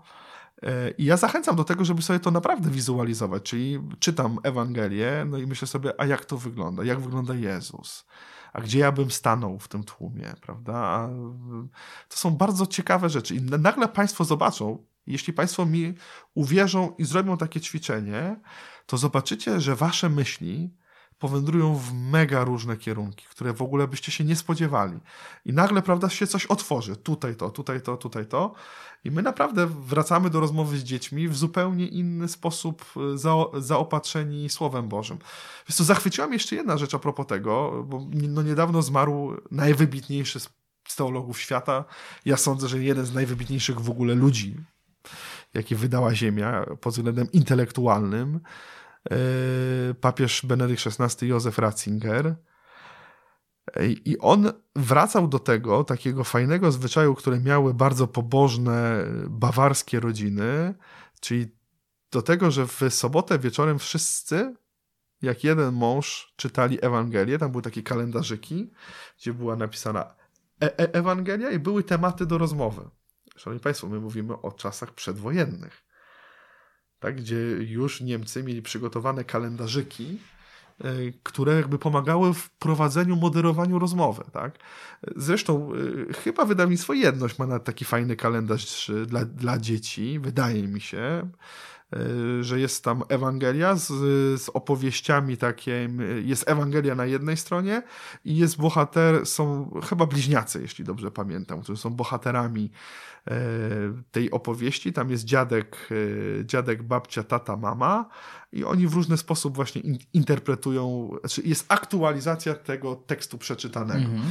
[SPEAKER 3] I ja zachęcam do tego, żeby sobie to naprawdę wizualizować, czyli czytam Ewangelię, no i myślę sobie, a jak to wygląda, jak wygląda Jezus, a gdzie ja bym stanął w tym tłumie, prawda? A to są bardzo ciekawe rzeczy i nagle Państwo zobaczą, Jeśli Państwo mi uwierzą i zrobią takie ćwiczenie, to zobaczycie, że Wasze myśli powędrują w mega różne kierunki, które w ogóle byście się nie spodziewali. I nagle, prawda, się coś otworzy. Tutaj to, tutaj to, tutaj to. I my naprawdę wracamy do rozmowy z dziećmi w zupełnie inny sposób zaopatrzeni Słowem Bożym. Więc to zachwyciła mnie jeszcze jedna rzecz a propos tego, bo no niedawno zmarł najwybitniejszy z teologów świata. Ja sądzę, że jeden z najwybitniejszych w ogóle ludzi, jaki wydała Ziemia pod względem intelektualnym, papież Benedykt szesnasty Józef Ratzinger. I on wracał do tego takiego fajnego zwyczaju, które miały bardzo pobożne bawarskie rodziny, czyli do tego, że w sobotę wieczorem wszyscy, jak jeden mąż, czytali Ewangelię. Tam były takie kalendarzyki, gdzie była napisana e- e- Ewangelia i były tematy do rozmowy. Szanowni Państwo, my mówimy o czasach przedwojennych, tak, gdzie już Niemcy mieli przygotowane kalendarzyki, które jakby pomagały w prowadzeniu, moderowaniu rozmowy. Tak? Zresztą chyba wydawnictwo Jedność ma taki fajny kalendarz dla, dla dzieci, wydaje mi się, że jest tam Ewangelia z, z opowieściami takim, jest Ewangelia na jednej stronie i jest bohater, są chyba bliźniacy, jeśli dobrze pamiętam, którzy są bohaterami tej opowieści. Tam jest dziadek, dziadek, babcia, tata, mama i oni w różny sposób właśnie in, interpretują, znaczy jest aktualizacja tego tekstu przeczytanego. Mhm.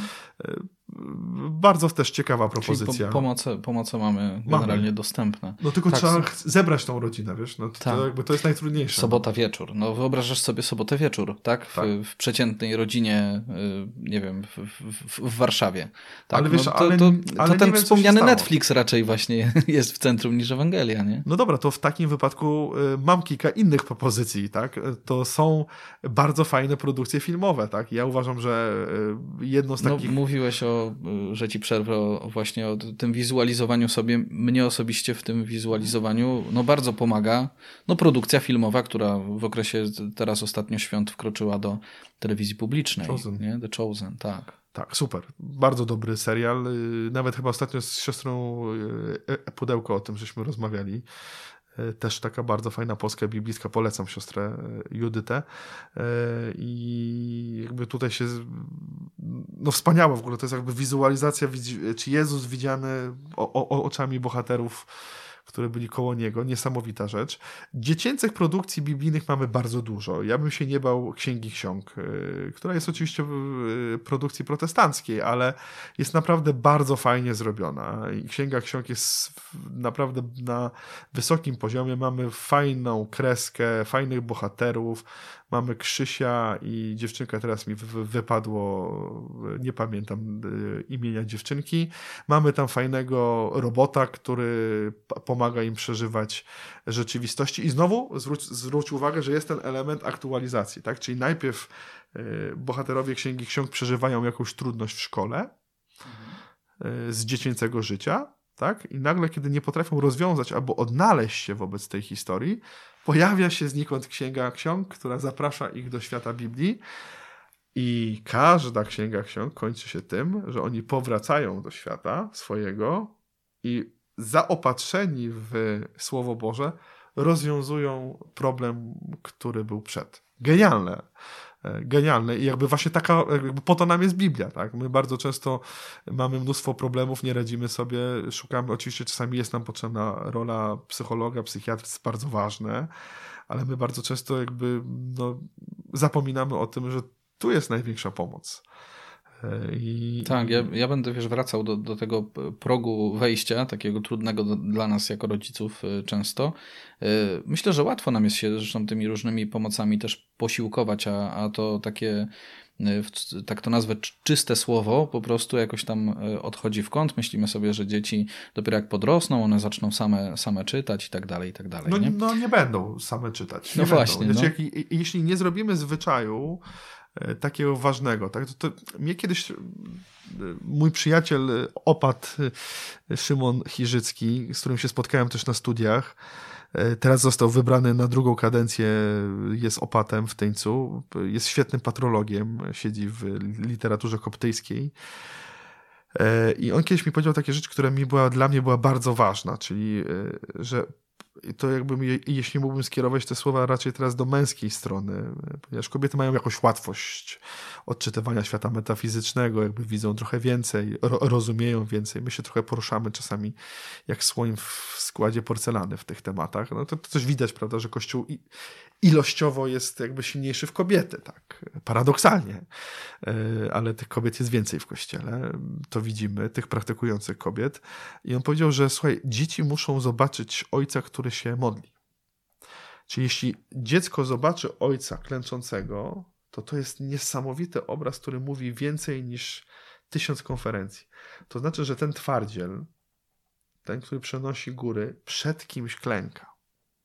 [SPEAKER 3] Bardzo też ciekawa propozycja.
[SPEAKER 2] Po, pomoce, pomoce mamy generalnie mamy. dostępne.
[SPEAKER 3] No tylko
[SPEAKER 2] tak,
[SPEAKER 3] trzeba zebrać tą rodzinę, wiesz, no to, tak. to, jakby to jest najtrudniejsze.
[SPEAKER 2] Sobota wieczór. No wyobrażasz sobie sobotę wieczór, tak? W, tak. w przeciętnej rodzinie, nie wiem, w, w, w Warszawie. Tak?
[SPEAKER 3] Ale wiesz,
[SPEAKER 2] no, to,
[SPEAKER 3] ale,
[SPEAKER 2] to,
[SPEAKER 3] ale
[SPEAKER 2] to ten
[SPEAKER 3] wiem,
[SPEAKER 2] wspomniany Netflix raczej właśnie jest w centrum niż Ewangelia, nie?
[SPEAKER 3] No dobra, to w takim wypadku mam kilka innych propozycji, tak? To są bardzo fajne produkcje filmowe, tak? Ja uważam, że jedną z takich...
[SPEAKER 2] No, mówiłeś o, że ci przerwę, o, właśnie o tym wizualizowaniu sobie. Mnie osobiście w tym wizualizowaniu no bardzo pomaga no produkcja filmowa, która w okresie teraz ostatnio świąt wkroczyła do telewizji publicznej.
[SPEAKER 3] Chosen.
[SPEAKER 2] Nie? The Chosen, tak.
[SPEAKER 3] Tak, super. Bardzo dobry serial. Nawet chyba ostatnio z siostrą Pudełko o tym żeśmy rozmawiali. Też taka bardzo fajna polska biblijska. Polecam siostrę Judytę. I jakby tutaj się... No wspaniałe w ogóle. To jest jakby wizualizacja, czy Jezus widziany o, o, oczami bohaterów, które byli koło niego. Niesamowita rzecz. Dziecięcych produkcji biblijnych mamy bardzo dużo. Ja bym się nie bał Księgi Ksiąg, która jest oczywiście w produkcji protestanckiej, ale jest naprawdę bardzo fajnie zrobiona. I Księga Ksiąg jest naprawdę na wysokim poziomie. Mamy fajną kreskę, fajnych bohaterów. Mamy Krzysia i dziewczynkę, teraz mi wypadło, nie pamiętam imienia dziewczynki. Mamy tam fajnego robota, który pomaga im przeżywać rzeczywistości. I znowu zwróć, zwróć uwagę, że jest ten element aktualizacji. Tak? Czyli najpierw bohaterowie Księgi Ksiąg przeżywają jakąś trudność w szkole mhm. z dziecięcego życia. Tak? I nagle, kiedy nie potrafią rozwiązać albo odnaleźć się wobec tej historii, pojawia się znikąd Księga Ksiąg, która zaprasza ich do świata Biblii i każda Księga Ksiąg kończy się tym, że oni powracają do świata swojego i zaopatrzeni w Słowo Boże rozwiązują problem, który był przed. Genialne. Genialne i jakby właśnie taka, jakby po to nam jest Biblia, tak? My bardzo często mamy mnóstwo problemów, nie radzimy sobie, szukamy, oczywiście czasami jest nam potrzebna rola psychologa, psychiatry, to jest bardzo ważne, ale my bardzo często jakby no, zapominamy o tym, że tu jest największa pomoc. I...
[SPEAKER 2] Tak, ja, ja będę wiesz, wracał do, do tego progu wejścia, takiego trudnego do, dla nas jako rodziców często. Myślę, że łatwo nam jest się zresztą tymi różnymi pomocami też posiłkować, a, a to takie, tak to nazwę, czyste słowo po prostu jakoś tam odchodzi w kąt. Myślimy sobie, że dzieci dopiero jak podrosną, one zaczną same, same czytać i tak dalej, i tak dalej.
[SPEAKER 3] No
[SPEAKER 2] nie,
[SPEAKER 3] no, nie będą same czytać. Nie
[SPEAKER 2] no
[SPEAKER 3] będą.
[SPEAKER 2] właśnie.
[SPEAKER 3] Znaczy,
[SPEAKER 2] No.
[SPEAKER 3] Jak, jeśli nie zrobimy zwyczaju takiego ważnego, tak? To, to mnie kiedyś mój przyjaciel opat Szymon Chirzycki, z którym się spotkałem też na studiach, teraz został wybrany na drugą kadencję, jest opatem w Tyńcu, jest świetnym patrologiem, siedzi w literaturze koptyjskiej. I on kiedyś mi powiedział takie rzeczy, które mi była, dla mnie była bardzo ważna, czyli że to jakby, jeśli mógłbym skierować te słowa raczej teraz do męskiej strony, ponieważ kobiety mają jakąś łatwość odczytywania świata metafizycznego, jakby widzą trochę więcej, ro, rozumieją więcej. My się trochę poruszamy czasami jak słoń w składzie porcelany w tych tematach. No to, to też widać, prawda, że Kościół i, ilościowo jest jakby silniejszy w kobiety, tak, paradoksalnie, ale tych kobiet jest więcej w Kościele, to widzimy, tych praktykujących kobiet. I on powiedział, że słuchaj, dzieci muszą zobaczyć ojca, który się modli. Czyli jeśli dziecko zobaczy ojca klęczącego, to to jest niesamowity obraz, który mówi więcej niż tysiąc konferencji. To znaczy, że ten twardziel, ten, który przenosi góry, przed kimś klęka.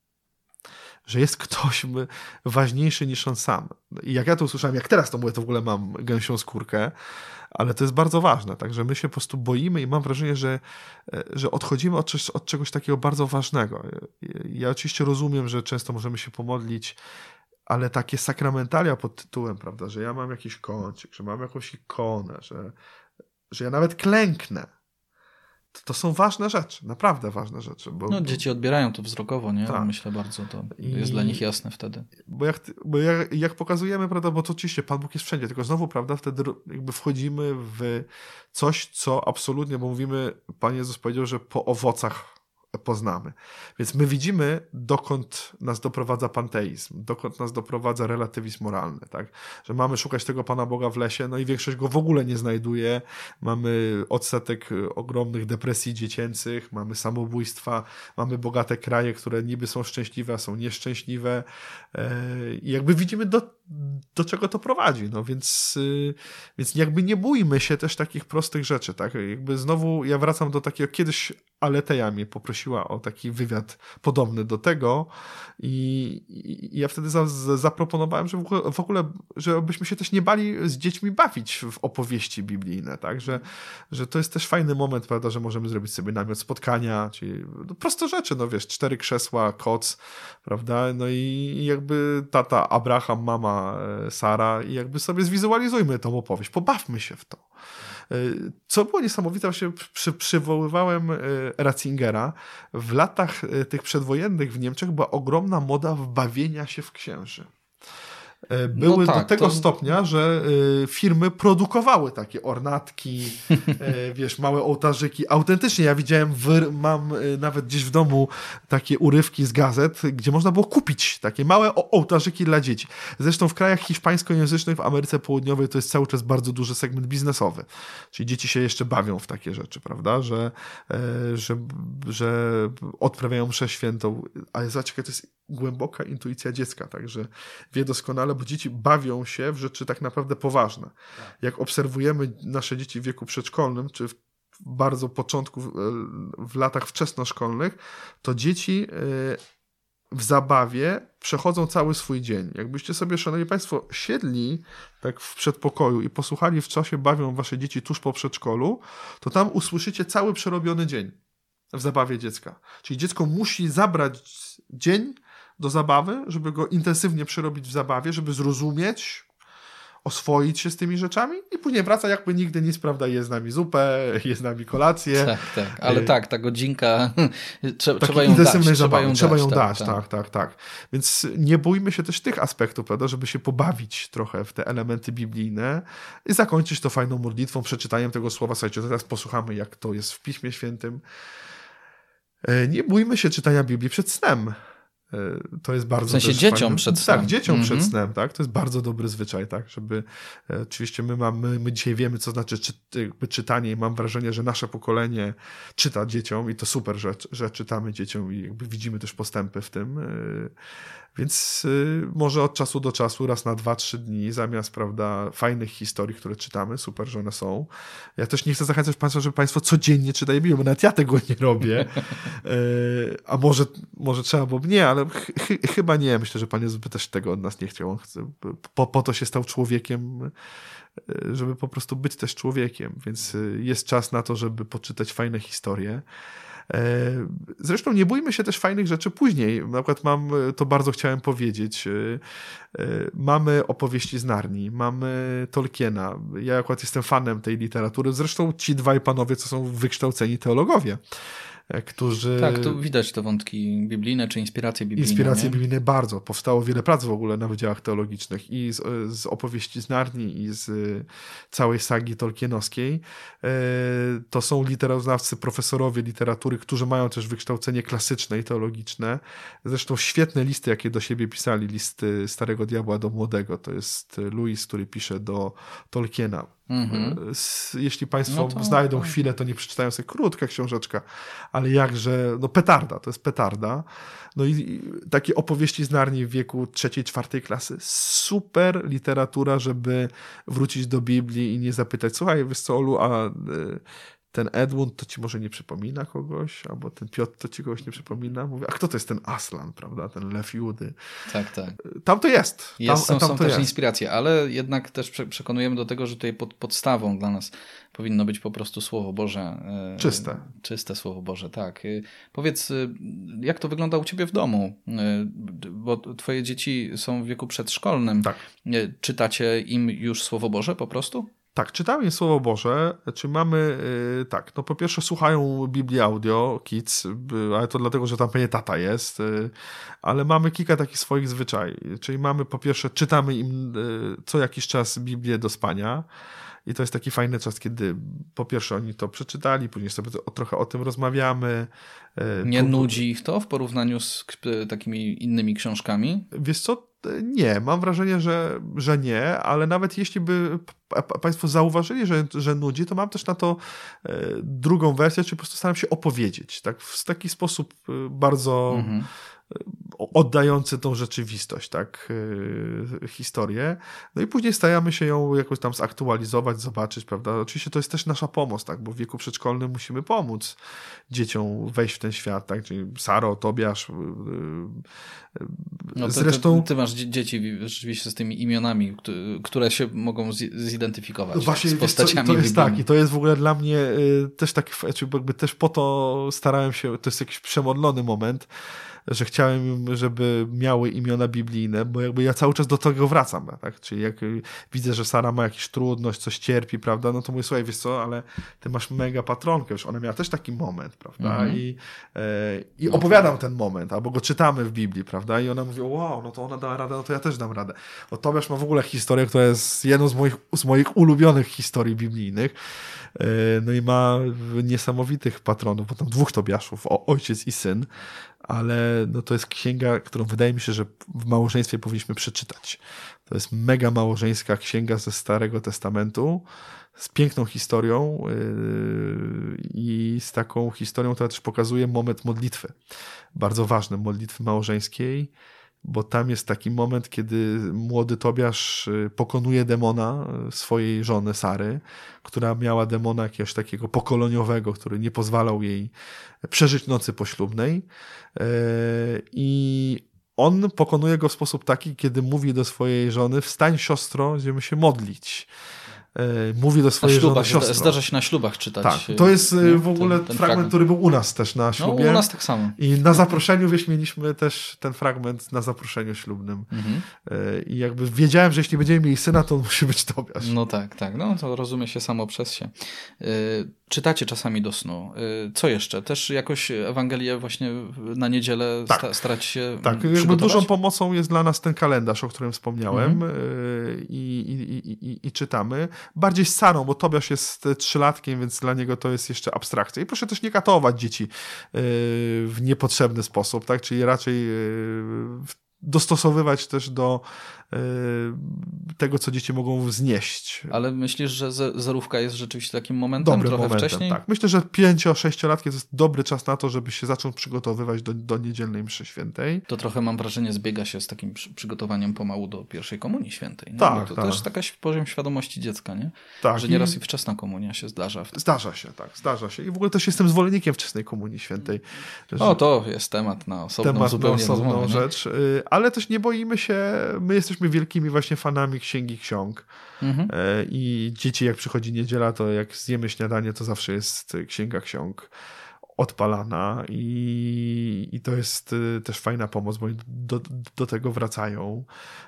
[SPEAKER 3] Że jest ktoś ważniejszy niż on sam. I jak ja to usłyszałem, jak teraz to mówię, to w ogóle mam gęsią skórkę, ale to jest bardzo ważne. Także my się po prostu boimy i mam wrażenie, że, że odchodzimy od, od czegoś takiego bardzo ważnego. Ja oczywiście rozumiem, że często możemy się pomodlić, ale takie sakramentalia pod tytułem, prawda, że ja mam jakiś kącik, że mam jakąś ikonę, że, że ja nawet klęknę. To, to są ważne rzeczy, naprawdę ważne rzeczy. Bo,
[SPEAKER 2] no dzieci odbierają to wzrokowo, nie?
[SPEAKER 3] Tak.
[SPEAKER 2] Myślę bardzo, to
[SPEAKER 3] I,
[SPEAKER 2] jest dla nich jasne wtedy.
[SPEAKER 3] Bo, jak, bo jak, jak pokazujemy, prawda, bo to oczywiście Pan Bóg jest wszędzie, tylko znowu, prawda, wtedy jakby wchodzimy w coś, co absolutnie, bo mówimy, Pan Jezus powiedział, że po owocach poznamy. Więc my widzimy, dokąd nas doprowadza panteizm, dokąd nas doprowadza relatywizm moralny, tak? Że mamy szukać tego Pana Boga w lesie, no i większość go w ogóle nie znajduje. Mamy odsetek ogromnych depresji dziecięcych, mamy samobójstwa, mamy bogate kraje, które niby są szczęśliwe, a są nieszczęśliwe. I jakby widzimy, do, do czego to prowadzi. No więc, więc jakby nie bójmy się też takich prostych rzeczy, tak? Jakby znowu ja wracam do takiego, kiedyś Aleteja mnie poprosiła o taki wywiad podobny do tego i, i ja wtedy za, za, zaproponowałem, że w ogóle, w ogóle, żebyśmy się też nie bali z dziećmi bawić w opowieści biblijne, tak, że, że to jest też fajny moment, prawda, że możemy zrobić sobie namiot spotkania, czyli no, proste rzeczy, no wiesz, cztery krzesła, koc, prawda, no i jakby tata Abraham, mama Sara i jakby sobie zwizualizujmy tą opowieść, pobawmy się w to. Co było niesamowite, właśnie przy, przywoływałem Ratzingera. W latach tych przedwojennych w Niemczech była ogromna moda wbawienia się w księży. Były no tak, do tego to... stopnia, że firmy produkowały takie ornatki, wiesz, małe ołtarzyki. Autentycznie ja widziałem, w, mam nawet gdzieś w domu takie urywki z gazet, gdzie można było kupić takie małe ołtarzyki dla dzieci. Zresztą w krajach hiszpańskojęzycznych, w Ameryce Południowej to jest cały czas bardzo duży segment biznesowy. Czyli dzieci się jeszcze bawią w takie rzeczy, prawda, że, że, że odprawiają mszę świętą. Ale zobaczcie, to jest głęboka intuicja dziecka, także wie doskonale, bo dzieci bawią się w rzeczy tak naprawdę poważne. Jak obserwujemy nasze dzieci w wieku przedszkolnym, czy w bardzo początku, w latach wczesnoszkolnych, to dzieci w zabawie przechodzą cały swój dzień. Jakbyście sobie, szanowni państwo, siedli tak w przedpokoju i posłuchali, w co się bawią wasze dzieci tuż po przedszkolu, to tam usłyszycie cały przerobiony dzień w zabawie dziecka. Czyli dziecko musi zabrać dzień do zabawy, żeby go intensywnie przerobić w zabawie, żeby zrozumieć, oswoić się z tymi rzeczami i później wraca jakby nigdy nic, prawda, je z nami zupę, je z nami kolację.
[SPEAKER 2] Tak, tak, ale tak, ta godzinka trzeba,
[SPEAKER 3] trzeba
[SPEAKER 2] ją dać.
[SPEAKER 3] Zabawy,
[SPEAKER 2] trzeba ją
[SPEAKER 3] trzeba
[SPEAKER 2] dać,
[SPEAKER 3] ją
[SPEAKER 2] tak,
[SPEAKER 3] dać
[SPEAKER 2] tak.
[SPEAKER 3] tak, tak, tak. Więc nie bójmy się też tych aspektów, prawda, żeby się pobawić trochę w te elementy biblijne i zakończyć to fajną modlitwą, przeczytaniem tego słowa. Słuchajcie, teraz posłuchamy, jak to jest w Piśmie Świętym. Nie bójmy się czytania Biblii przed snem. To jest bardzo...
[SPEAKER 2] W sensie dzieciom fajny, przed snem.
[SPEAKER 3] Tak, dzieciom mm-hmm. przed snem, tak? To jest bardzo dobry zwyczaj, tak? Żeby, e, oczywiście my, mamy, my dzisiaj wiemy, co znaczy czy, jakby czytanie i mam wrażenie, że nasze pokolenie czyta dzieciom i to super, że, że czytamy dzieciom i jakby widzimy też postępy w tym. E, więc e, może od czasu do czasu, raz na dwa, trzy dni, zamiast, prawda, fajnych historii, które czytamy, super, że one są. Ja też nie chcę zachęcać państwa, żeby państwo codziennie czytali Biblię, bo nawet ja tego nie robię. E, a może, może trzeba, bo nie, ale ch- ch- chyba nie. Myślę, że Pan Jezus by też tego od nas nie chciał. On chce, po, po to się stał człowiekiem, żeby po prostu być też człowiekiem. Więc jest czas na to, żeby poczytać fajne historie. Zresztą nie bójmy się też fajnych rzeczy później. Na przykład mam, to bardzo chciałem powiedzieć, mamy opowieści z Narni, mamy Tolkiena. Ja akurat jestem fanem tej literatury. Zresztą ci dwaj panowie, co są wykształceni teologowie, którzy...
[SPEAKER 2] Tak, tu widać te wątki biblijne, czy inspiracje biblijne.
[SPEAKER 3] Inspiracje
[SPEAKER 2] nie?
[SPEAKER 3] biblijne bardzo. Powstało wiele prac w ogóle na wydziałach teologicznych i z, z opowieści z Narni, i z całej sagi tolkienowskiej. To są literoznawcy, profesorowie literatury, którzy mają też wykształcenie klasyczne i teologiczne. Zresztą świetne listy, jakie do siebie pisali, listy Starego Diabła do Młodego. To jest Louis, który pisze do Tolkiena. Mm-hmm. Jeśli państwo no to, znajdą to... chwilę, to nie przeczytają sobie, krótka książeczka, ale jakże, no petarda, to jest petarda. No i, i takie opowieści z Narni w wieku trzeciej, czwartej klasy. Super literatura, żeby wrócić do Biblii i nie zapytać, słuchaj, wiesz co, Olu, a y, ten Edmund to ci może nie przypomina kogoś, albo ten Piotr to ci kogoś nie przypomina. Mówię, a kto to jest ten Aslan, prawda, ten Lew Judy?
[SPEAKER 2] Tak, tak.
[SPEAKER 3] Tam to jest.
[SPEAKER 2] jest
[SPEAKER 3] tam,
[SPEAKER 2] są
[SPEAKER 3] tam
[SPEAKER 2] są
[SPEAKER 3] to
[SPEAKER 2] też
[SPEAKER 3] jest.
[SPEAKER 2] inspiracje, ale jednak też przekonujemy do tego, że tutaj pod, podstawą dla nas powinno być po prostu Słowo Boże.
[SPEAKER 3] Czyste.
[SPEAKER 2] Czyste Słowo Boże, tak. Powiedz, jak to wygląda u ciebie w domu? Bo twoje dzieci są w wieku przedszkolnym.
[SPEAKER 3] Tak.
[SPEAKER 2] Czytacie im już Słowo Boże po prostu?
[SPEAKER 3] Tak, czytamy im Słowo Boże, czy mamy, yy, tak, no po pierwsze słuchają Biblii Audio Kids, yy, ale to dlatego, że tam pewnie tata jest, yy, ale mamy kilka takich swoich zwyczajów, czyli mamy po pierwsze, czytamy im yy, co jakiś czas Biblię do spania i to jest taki fajny czas, kiedy po pierwsze oni to przeczytali, później sobie to, trochę o tym rozmawiamy.
[SPEAKER 2] Yy, Nie nudzi ich to w porównaniu z takimi innymi książkami?
[SPEAKER 3] Wiesz co? Nie, mam wrażenie, że, że nie, ale nawet jeśli by państwo zauważyli, że, że nudzi, to mam też na to drugą wersję, czyli po prostu staram się opowiedzieć, tak, w taki sposób bardzo mhm. oddający tą rzeczywistość, tak, historię. No i później staramy się ją jakoś tam zaktualizować, zobaczyć, prawda. Oczywiście to jest też nasza pomoc, tak, bo w wieku przedszkolnym musimy pomóc dzieciom wejść w ten świat, tak, czyli Saro, Tobiasz.
[SPEAKER 2] No to,
[SPEAKER 3] Zresztą...
[SPEAKER 2] Ty, ty masz dzieci rzeczywiście z tymi imionami, które się mogą zidentyfikować
[SPEAKER 3] Właśnie,
[SPEAKER 2] z postaciami.
[SPEAKER 3] To jest tak i to jest w ogóle dla mnie też taki, jakby też po to starałem się, to jest jakiś przemodlony moment, że chciałem, żeby miały imiona biblijne, bo jakby ja cały czas do tego wracam, tak? Czyli jak widzę, że Sara ma jakąś trudność, coś cierpi, prawda, no to mówię, słuchaj, wiesz co, ale ty masz mega patronkę, wiesz, ona miała też taki moment, prawda, mm-hmm. i, e, i no opowiadam to... ten moment, albo go czytamy w Biblii, prawda, i ona mówi, wow, no to ona dała radę, no to ja też dam radę. O, Tobiasz ma w ogóle historię, która jest jedną z moich, z moich ulubionych historii biblijnych, e, no i ma niesamowitych patronów, bo tam dwóch Tobiaszów, o, ojciec i syn, ale no to jest księga, którą wydaje mi się, że w małżeństwie powinniśmy przeczytać. To jest mega małżeńska księga ze Starego Testamentu, z piękną historią yy, i z taką historią, która też pokazuje moment modlitwy. Bardzo ważny, modlitwy małżeńskiej, bo tam jest taki moment, kiedy młody Tobiasz pokonuje demona swojej żony Sary, która miała demona jakiegoś takiego pokoleniowego, który nie pozwalał jej przeżyć nocy poślubnej. I on pokonuje go w sposób taki, kiedy mówi do swojej żony: wstań, siostro, będziemy się modlić. Mówi do swojej żony: siostro.
[SPEAKER 2] Zdarza się na ślubach czytać.
[SPEAKER 3] Tak, to jest nie? w ogóle ten, ten fragment, fragment, który był u nas też na ślubie.
[SPEAKER 2] No, u nas tak samo.
[SPEAKER 3] I na zaproszeniu, wiesz, mieliśmy też ten fragment na zaproszeniu ślubnym. Mhm. I jakby wiedziałem, że jeśli będziemy mieli syna, to on musi być Tobiasz.
[SPEAKER 2] No tak, tak. No to rozumie się samo przez się. Czytacie czasami do snu. Co jeszcze? Też jakoś Ewangelię właśnie na niedzielę tak. sta- starać się
[SPEAKER 3] Tak,
[SPEAKER 2] przygotować?
[SPEAKER 3] jakby dużą pomocą jest dla nas ten kalendarz, o którym wspomniałem
[SPEAKER 2] mhm.
[SPEAKER 3] I, i, i, i, i czytamy. Bardziej z Sarą, bo Tobiasz jest trzylatkiem, więc dla niego to jest jeszcze abstrakcja. I proszę też nie katować dzieci w niepotrzebny sposób, tak? Czyli raczej dostosowywać też do tego, co dzieci mogą wznieść.
[SPEAKER 2] Ale myślisz, że zerówka jest rzeczywiście takim momentem,
[SPEAKER 3] Dobrym
[SPEAKER 2] trochę
[SPEAKER 3] momentem,
[SPEAKER 2] wcześniej?
[SPEAKER 3] Tak. Myślę, że pięcio-sześciolatki to jest dobry czas na to, żeby się zacząć przygotowywać do, do niedzielnej mszy świętej.
[SPEAKER 2] To trochę, mam wrażenie, zbiega się z takim przygotowaniem pomału do pierwszej komunii świętej. Nie?
[SPEAKER 3] Tak,
[SPEAKER 2] to
[SPEAKER 3] tak.
[SPEAKER 2] też taki poziom świadomości dziecka, nie?
[SPEAKER 3] Tak,
[SPEAKER 2] że nieraz i wczesna komunia się zdarza. Wtedy.
[SPEAKER 3] Zdarza się, tak, zdarza się. I w ogóle też jestem zwolennikiem wczesnej komunii świętej.
[SPEAKER 2] O, to jest temat na osobną
[SPEAKER 3] temat
[SPEAKER 2] zupełnie
[SPEAKER 3] na osobną
[SPEAKER 2] rozmowę,
[SPEAKER 3] rzecz. Nie? Ale też nie boimy się, my jesteśmy wielkimi właśnie fanami Księgi Ksiąg. Mhm. I dzieci, jak przychodzi niedziela, to jak zjemy śniadanie, to zawsze jest Księga Ksiąg. odpalana i, i to jest też fajna pomoc, bo oni do, do tego wracają.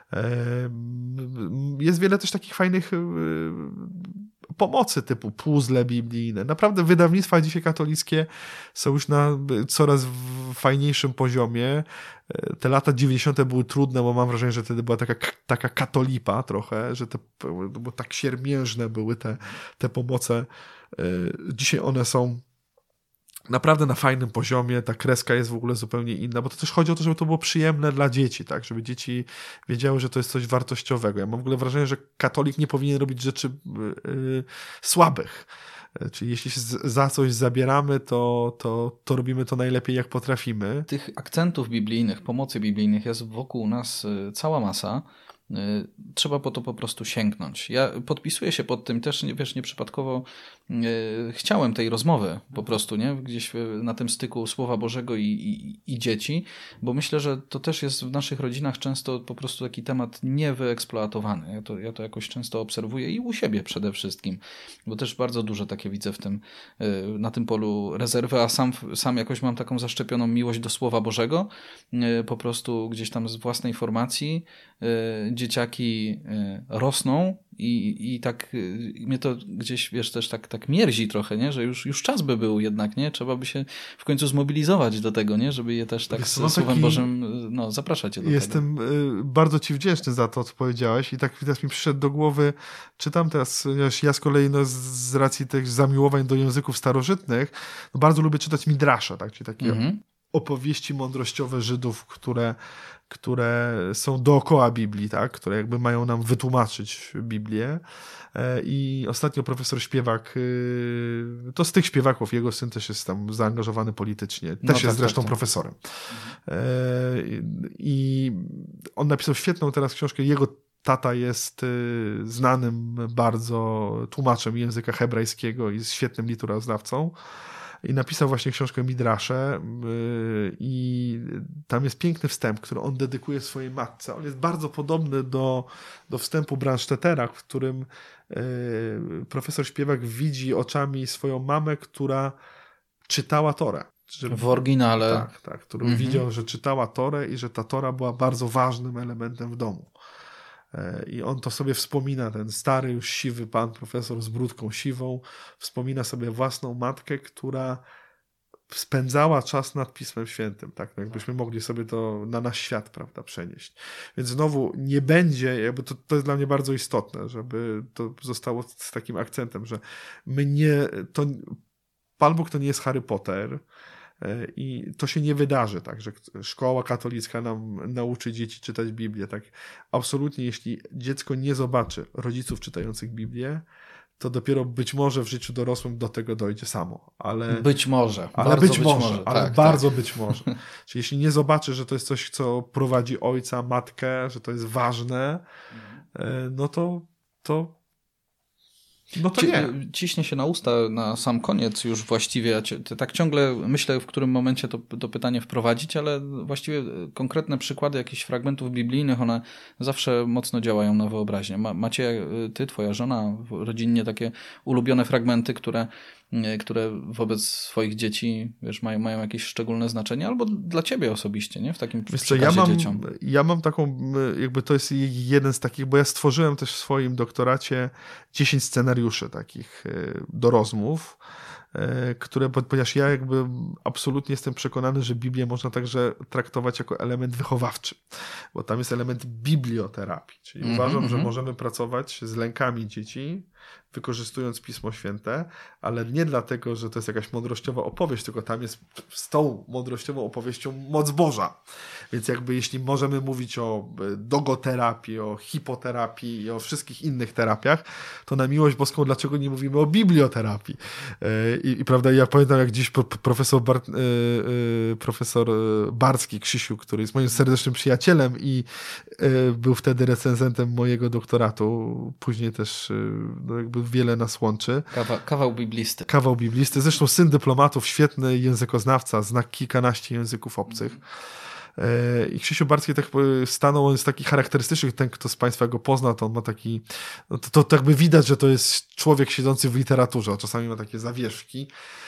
[SPEAKER 3] Jest wiele też takich fajnych pomocy typu puzzle biblijne. Naprawdę wydawnictwa dzisiaj katolickie są już na coraz fajniejszym poziomie. Te lata dziewięćdziesiąte były trudne, bo mam wrażenie, że wtedy była taka, taka katolipa trochę, że te, bo tak siermiężne były te, te pomoce. Dzisiaj one są naprawdę na fajnym poziomie, ta kreska jest w ogóle zupełnie inna, bo to też chodzi o to, żeby to było przyjemne dla dzieci, tak, żeby dzieci wiedziały, że to jest coś wartościowego. Ja mam w ogóle wrażenie, że katolik nie powinien robić rzeczy yy, słabych. Czyli jeśli się za coś zabieramy, to, to, to robimy to najlepiej, jak potrafimy.
[SPEAKER 2] Tych akcentów biblijnych, pomocy biblijnych jest wokół nas cała masa. Trzeba po to po prostu sięgnąć. Ja podpisuję się pod tym też, wiesz, nieprzypadkowo e, chciałem tej rozmowy po prostu, nie? Gdzieś na tym styku Słowa Bożego i, i, i dzieci, bo myślę, że to też jest w naszych rodzinach często po prostu taki temat niewyeksploatowany. Ja to, ja to jakoś często obserwuję i u siebie przede wszystkim, bo też bardzo dużo takie widzę w tym, e, na tym polu rezerwy, a sam, sam jakoś mam taką zaszczepioną miłość do Słowa Bożego, e, po prostu gdzieś tam z własnej formacji e, dzieciaki rosną i, i tak mnie to gdzieś, wiesz, też tak, tak mierzi trochę, nie? Że już, już czas by był jednak, nie? Trzeba by się w końcu zmobilizować do tego, nie? Żeby je też tak
[SPEAKER 3] Wiesz,
[SPEAKER 2] z
[SPEAKER 3] no
[SPEAKER 2] Słowem
[SPEAKER 3] taki...
[SPEAKER 2] Bożym no, zapraszać je do
[SPEAKER 3] Jestem tego. Jestem bardzo ci wdzięczny za to, co powiedziałeś i tak teraz mi przyszedł do głowy, czytam teraz, ja z kolei no, z racji tych zamiłowań do języków starożytnych, no, bardzo lubię czytać midrasze, tak? Czyli takie mhm. opowieści mądrościowe Żydów, które które są dookoła Biblii, tak? Które jakby mają nam wytłumaczyć Biblię. I ostatnio profesor Śpiewak, to z tych śpiewaków, jego syn też jest tam zaangażowany politycznie, też
[SPEAKER 2] no
[SPEAKER 3] jest
[SPEAKER 2] tak,
[SPEAKER 3] zresztą
[SPEAKER 2] tak, tak.
[SPEAKER 3] profesorem. I on napisał świetną teraz książkę, jego tata jest znanym bardzo tłumaczem języka hebrajskiego i jest świetnym literaturznawcą. I napisał właśnie książkę Midrasze yy, i tam jest piękny wstęp, który on dedykuje swojej matce. On jest bardzo podobny do, do wstępu Brandstättera, w którym yy, profesor Śpiewak widzi oczami swoją mamę, która czytała Torę.
[SPEAKER 2] Że, w oryginale.
[SPEAKER 3] Tak, tak. Którą mhm. widział, że czytała Torę i że ta Tora była bardzo ważnym elementem w domu. I on to sobie wspomina, ten stary, już siwy pan profesor z brudką siwą, wspomina sobie własną matkę, która spędzała czas nad Pismem Świętym, tak, jakbyśmy mogli sobie to na nasz świat, prawda, przenieść. Więc znowu nie będzie, jakby to, to jest dla mnie bardzo istotne, żeby to zostało z takim akcentem, że my nie, to Pan Bóg to nie jest Harry Potter, i to się nie wydarzy, tak, że szkoła katolicka nam nauczy dzieci czytać Biblię. Tak. Absolutnie, jeśli dziecko nie zobaczy rodziców czytających Biblię, to dopiero być może w życiu dorosłym do tego dojdzie samo. Ale,
[SPEAKER 2] być może.
[SPEAKER 3] Ale
[SPEAKER 2] bardzo
[SPEAKER 3] być,
[SPEAKER 2] być
[SPEAKER 3] może.
[SPEAKER 2] może.
[SPEAKER 3] Ale
[SPEAKER 2] tak,
[SPEAKER 3] bardzo
[SPEAKER 2] tak.
[SPEAKER 3] być może. Czyli jeśli nie zobaczy, że to jest coś, co prowadzi ojca, matkę, że to jest ważne, no to to No to nie.
[SPEAKER 2] Ciśnie się na usta na sam koniec już właściwie. Tak ciągle myślę, w którym momencie to, to pytanie wprowadzić, ale właściwie konkretne przykłady jakichś fragmentów biblijnych, one zawsze mocno działają na wyobraźnię. Macie ty, twoja żona, rodzinnie takie ulubione fragmenty, które, które wobec swoich dzieci, wiesz, mają, mają jakieś szczególne znaczenie, albo dla ciebie osobiście, nie? W takim
[SPEAKER 3] wiesz
[SPEAKER 2] przekazie
[SPEAKER 3] co, ja mam,
[SPEAKER 2] dzieciom.
[SPEAKER 3] Ja mam taką, jakby to jest jeden z takich, bo ja stworzyłem też w swoim doktoracie dziesięć scenariuszy takich do rozmów, które, ponieważ ja jakby absolutnie jestem przekonany, że Biblię można także traktować jako element wychowawczy, bo tam jest element biblioterapii, czyli mm-hmm, uważam, mm-hmm. że możemy pracować z lękami dzieci, wykorzystując Pismo Święte, ale nie dlatego, że to jest jakaś mądrościowa opowieść, tylko tam jest z tą mądrościową opowieścią moc Boża. Więc jakby jeśli możemy mówić o dogoterapii, o hipoterapii i o wszystkich innych terapiach, to na miłość boską dlaczego nie mówimy o biblioterapii? I, i prawda, ja pamiętam jak dziś profesor, Bar, profesor Barski, Krzysiu, który jest moim serdecznym przyjacielem i był wtedy recenzentem mojego doktoratu, później też no jakby wiele nas łączy.
[SPEAKER 2] Kawa, kawał biblisty.
[SPEAKER 3] Kawał biblisty. Zresztą syn dyplomatów, świetny językoznawca, zna kilkanaście języków obcych. I Krzysiu Barski tak stanął, on jest taki charakterystyczny, ten kto z Państwa go pozna, to on ma taki, no to, to, to jakby widać, że to jest człowiek siedzący w literaturze, czasami ma takie zawieszki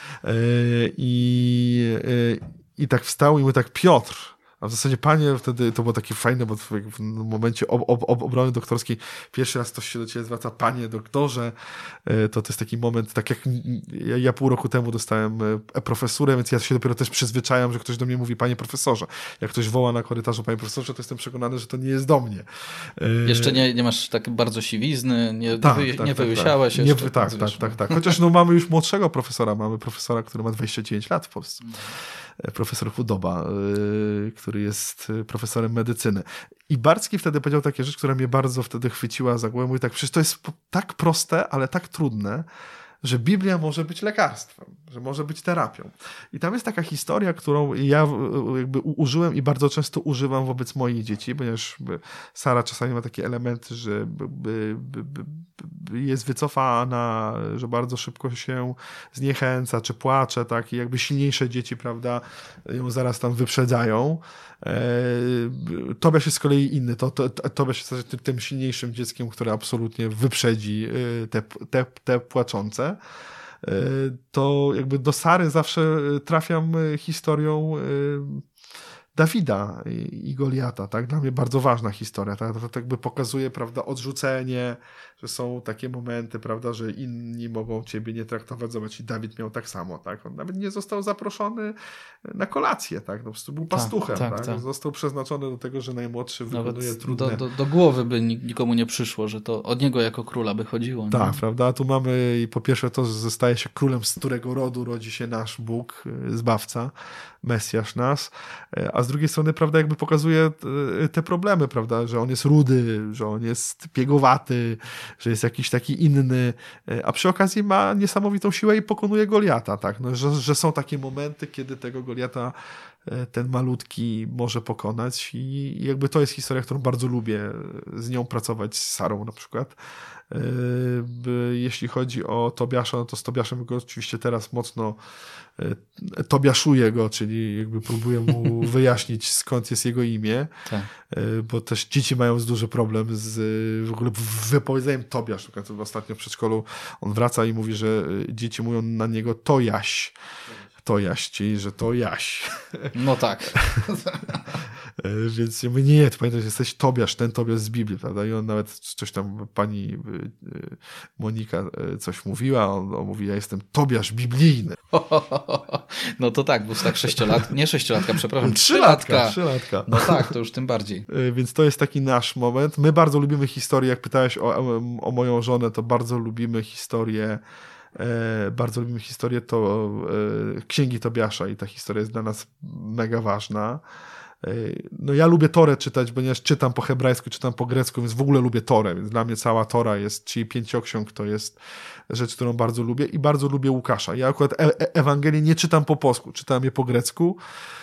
[SPEAKER 3] i, i tak wstał i mówi tak: Piotr, a w zasadzie panie, wtedy to było takie fajne, bo w momencie ob, ob, ob, obrony doktorskiej pierwszy raz ktoś się do ciebie zwraca: panie doktorze, to to jest taki moment, tak jak ja, ja pół roku temu dostałem profesurę, więc ja się dopiero też przyzwyczajam, że ktoś do mnie mówi: panie profesorze. Jak ktoś woła na korytarzu: panie profesorze, to jestem przekonany, że to nie jest do mnie.
[SPEAKER 2] Jeszcze nie, nie masz tak bardzo siwizny, nie,
[SPEAKER 3] tak,
[SPEAKER 2] nie, wy,
[SPEAKER 3] tak,
[SPEAKER 2] nie
[SPEAKER 3] tak,
[SPEAKER 2] wyłysiałeś
[SPEAKER 3] tak.
[SPEAKER 2] jeszcze.
[SPEAKER 3] Nie, tak, tak, tak, tak. Chociaż no, mamy już młodszego profesora, mamy profesora, który ma dwadzieścia dziewięć lat w Polsce. Profesor Chudoba, który jest profesorem medycyny. I Barski wtedy powiedział takie rzecz, która mnie bardzo wtedy chwyciła za głowę. Mówi tak: przecież to jest tak proste, ale tak trudne, że Biblia może być lekarstwem, że może być terapią. I tam jest taka historia, którą ja jakby użyłem i bardzo często używam wobec moich dzieci, ponieważ Sara czasami ma takie elementy, że jest wycofana, że bardzo szybko się zniechęca, czy płacze, tak, i jakby silniejsze dzieci, prawda, ją zaraz tam wyprzedzają. Tobiasz jest z kolei inny. To, to, Tobiasz jest tym, tym silniejszym dzieckiem, które absolutnie wyprzedzi te, te, te płaczące. To jakby do Sary zawsze trafiam historią Dawida i Goliata, tak? Dla mnie bardzo ważna historia, tak? To, to jakby pokazuje, prawda, odrzucenie, że są takie momenty, prawda, że inni mogą ciebie nie traktować. Zobacz, i Dawid miał tak samo, tak? On nawet nie został zaproszony na kolację, tak? No, po prostu był pastuchem, tak, tak, tak? Został przeznaczony do tego, że najmłodszy nawet wykonuje trudne...
[SPEAKER 2] Do, do, do głowy by nikomu nie przyszło, że to od niego jako króla by chodziło.
[SPEAKER 3] Tak,
[SPEAKER 2] nie?
[SPEAKER 3] prawda? A tu mamy i po pierwsze to, że zostaje się królem, z którego rodu rodzi się nasz Bóg, Zbawca, Mesjasz nas, a z drugiej strony, prawda, jakby pokazuje te problemy, prawda, że on jest rudy, że on jest piegowaty, że jest jakiś taki inny, a przy okazji ma niesamowitą siłę i pokonuje Goliata, tak, no, że, że są takie momenty, kiedy tego Goliata ten malutki może pokonać i jakby to jest historia, którą bardzo lubię z nią pracować, z Sarą na przykład. Jeśli chodzi o Tobiasza, no to z Tobiaszem go oczywiście teraz mocno tobiaszuję go, czyli jakby próbuję mu wyjaśnić, skąd jest jego imię, tak. Bo też dzieci mają duży problem z w ogóle wypowiedzeniem Tobiasz. Ostatnio w przedszkolu on wraca i mówi, że dzieci mówią na niego Tojaś. Tojaś, czyli że to Jaś.
[SPEAKER 2] No tak.
[SPEAKER 3] Więc ja mówię: nie, to pamiętaj, że jesteś Tobiasz, ten Tobiasz z Biblii, prawda? I on nawet coś tam, pani Monika coś mówiła, on, on mówi: ja jestem Tobiasz biblijny.
[SPEAKER 2] No to tak, był tak sześciolatka, nie sześciolatka, przepraszam,
[SPEAKER 3] trzylatka. Trzylatka.
[SPEAKER 2] No tak, to już tym bardziej.
[SPEAKER 3] Więc to jest taki nasz moment. My bardzo lubimy historię, jak pytałeś o, o moją żonę, to bardzo lubimy historię E, bardzo lubimy historię to e, Księgi Tobiasza i ta historia jest dla nas mega ważna. E, no ja lubię Torę czytać, ponieważ czytam po hebrajsku, czytam po grecku, więc w ogóle lubię Torę, więc dla mnie cała Tora jest, czyli pięcioksiąg, to jest rzecz, którą bardzo lubię i bardzo lubię Łukasza. Ja akurat e- Ewangelii nie czytam po polsku, czytam je po grecku.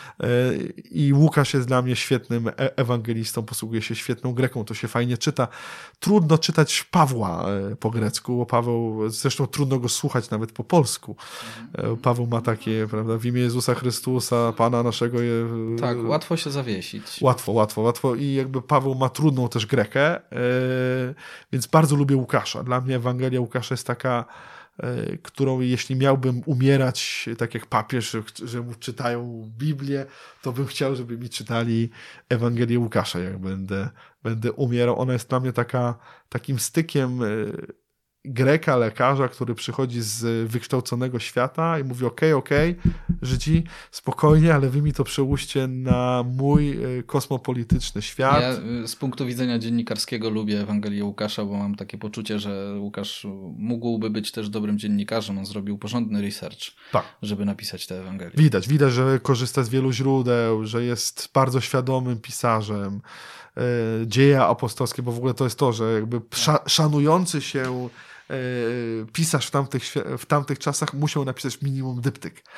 [SPEAKER 3] I Łukasz jest dla mnie świetnym ewangelistą, posługuje się świetną greką, to się fajnie czyta. Trudno czytać Pawła po grecku, bo Paweł, zresztą trudno go słuchać nawet po polsku. Paweł ma takie, prawda, w imię Jezusa Chrystusa, Pana naszego. Je...
[SPEAKER 2] Tak, łatwo się zawiesić.
[SPEAKER 3] Łatwo, łatwo, łatwo i jakby Paweł ma trudną też grekę, więc bardzo lubię Łukasza. Dla mnie Ewangelia Łukasza jest taka, którą jeśli miałbym umierać tak jak papież, że mu czytają Biblię, to bym chciał, żeby mi czytali Ewangelię Łukasza, jak będę, będę umierał. Ona jest dla mnie taka, takim stykiem Greka, lekarza, który przychodzi z wykształconego świata i mówi: okej, okej, Żydzi, spokojnie, ale wy mi to przełóżcie na mój kosmopolityczny świat.
[SPEAKER 2] Ja z punktu widzenia dziennikarskiego lubię Ewangelię Łukasza, bo mam takie poczucie, że Łukasz mógłby być też dobrym dziennikarzem. On zrobił porządny research, tak, żeby napisać tę Ewangelię.
[SPEAKER 3] Widać, widać, że korzysta z wielu źródeł, że jest bardzo świadomym pisarzem. Dzieje apostolskie, bo w ogóle to jest to, że jakby szanujący się pisarz w tamtych, w tamtych czasach musiał napisać minimum dyptyk.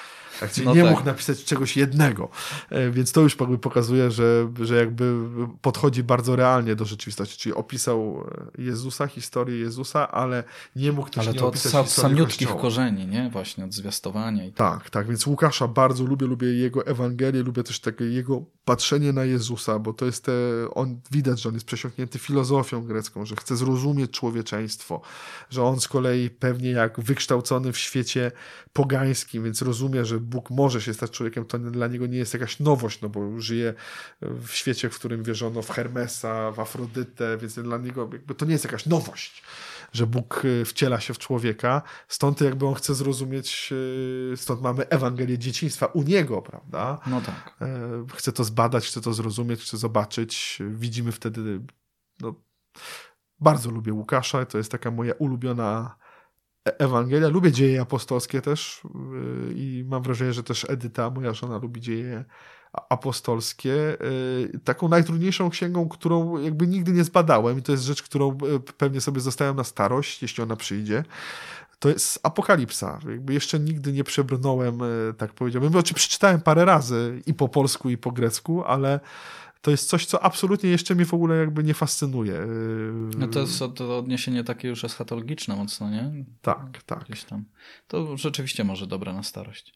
[SPEAKER 3] Tak, czyli
[SPEAKER 2] No
[SPEAKER 3] nie
[SPEAKER 2] tak.
[SPEAKER 3] mógł napisać czegoś jednego. Więc to już jakby pokazuje, że, że jakby podchodzi bardzo realnie do rzeczywistości. Czyli opisał Jezusa, historię Jezusa, ale nie mógł też
[SPEAKER 2] Ale
[SPEAKER 3] nie
[SPEAKER 2] to od
[SPEAKER 3] opisać
[SPEAKER 2] sa-
[SPEAKER 3] historii
[SPEAKER 2] samiutkich
[SPEAKER 3] Kościoła.
[SPEAKER 2] korzeni, nie? Właśnie od zwiastowania. I
[SPEAKER 3] Tak, tak, więc Łukasza bardzo lubię, lubię jego Ewangelię, lubię też takie jego patrzenie na Jezusa, bo to jest te, on widać, że on jest przesiąknięty filozofią grecką, że chce zrozumieć człowieczeństwo, że on z kolei pewnie jak wykształcony w świecie pogańskim, więc rozumie, że Bóg może się stać człowiekiem, to dla niego nie jest jakaś nowość, no bo żyje w świecie, w którym wierzono w Hermesa, w Afrodytę, więc dla niego jakby to nie jest jakaś nowość, że Bóg wciela się w człowieka, stąd jakby on chce zrozumieć, stąd mamy Ewangelię dzieciństwa u niego, prawda?
[SPEAKER 2] no tak.
[SPEAKER 3] Chce to zbadać, chce to zrozumieć, chce zobaczyć. Widzimy wtedy, no, bardzo lubię Łukasza, to jest taka moja ulubiona Ewangelia. Lubię dzieje apostolskie też i mam wrażenie, że też Edyta, moja żona, lubi dzieje apostolskie. Taką najtrudniejszą księgą, którą jakby nigdy nie zbadałem i to jest rzecz, którą pewnie sobie zostawiam na starość, jeśli ona przyjdzie. To jest Apokalipsa. Jakby jeszcze nigdy nie przebrnąłem, tak powiedziałbym. Znaczy przeczytałem parę razy i po polsku, i po grecku, ale to jest coś, co absolutnie jeszcze mnie w ogóle jakby nie fascynuje.
[SPEAKER 2] No to jest to odniesienie takie już eschatologiczne mocno, nie?
[SPEAKER 3] Tak, tak.
[SPEAKER 2] Gdzieś tam. To rzeczywiście może dobre na starość.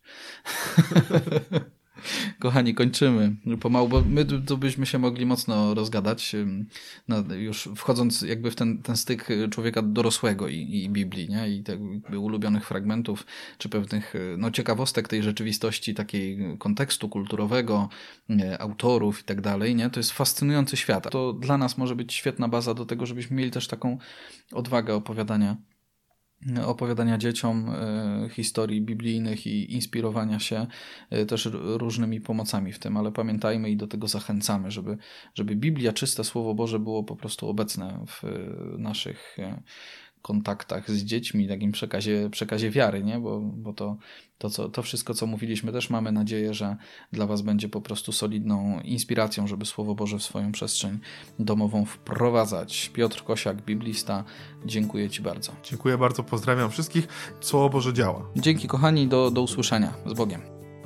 [SPEAKER 2] Kochani, kończymy pomału, bo my tu byśmy się mogli mocno rozgadać, no, już wchodząc jakby w ten, ten styk człowieka dorosłego i, i Biblii, nie? I tych jakby ulubionych fragmentów, czy pewnych no, ciekawostek tej rzeczywistości, takiej kontekstu kulturowego, nie, autorów i tak dalej, nie? To jest fascynujący świat. To dla nas może być świetna baza do tego, żebyśmy mieli też taką odwagę opowiadania opowiadania dzieciom y, historii biblijnych i inspirowania się y, też różnymi pomocami w tym, ale pamiętajmy i do tego zachęcamy, żeby, żeby Biblia, czyste Słowo Boże było po prostu obecne w y, naszych y, kontaktach z dziećmi, takim przekazie, przekazie wiary, nie? Bo, bo to, to, co, to wszystko, co mówiliśmy, też mamy nadzieję, że dla was będzie po prostu solidną inspiracją, żeby Słowo Boże w swoją przestrzeń domową wprowadzać. Piotr Kosiak, biblista, dziękuję ci bardzo.
[SPEAKER 3] Dziękuję bardzo, pozdrawiam wszystkich. Słowo Boże działa.
[SPEAKER 2] Dzięki kochani, do, do usłyszenia. Z Bogiem.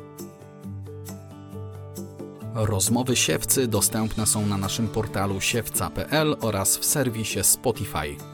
[SPEAKER 1] Rozmowy Siewcy dostępne są na naszym portalu siewca kropka p l oraz w serwisie Spotify.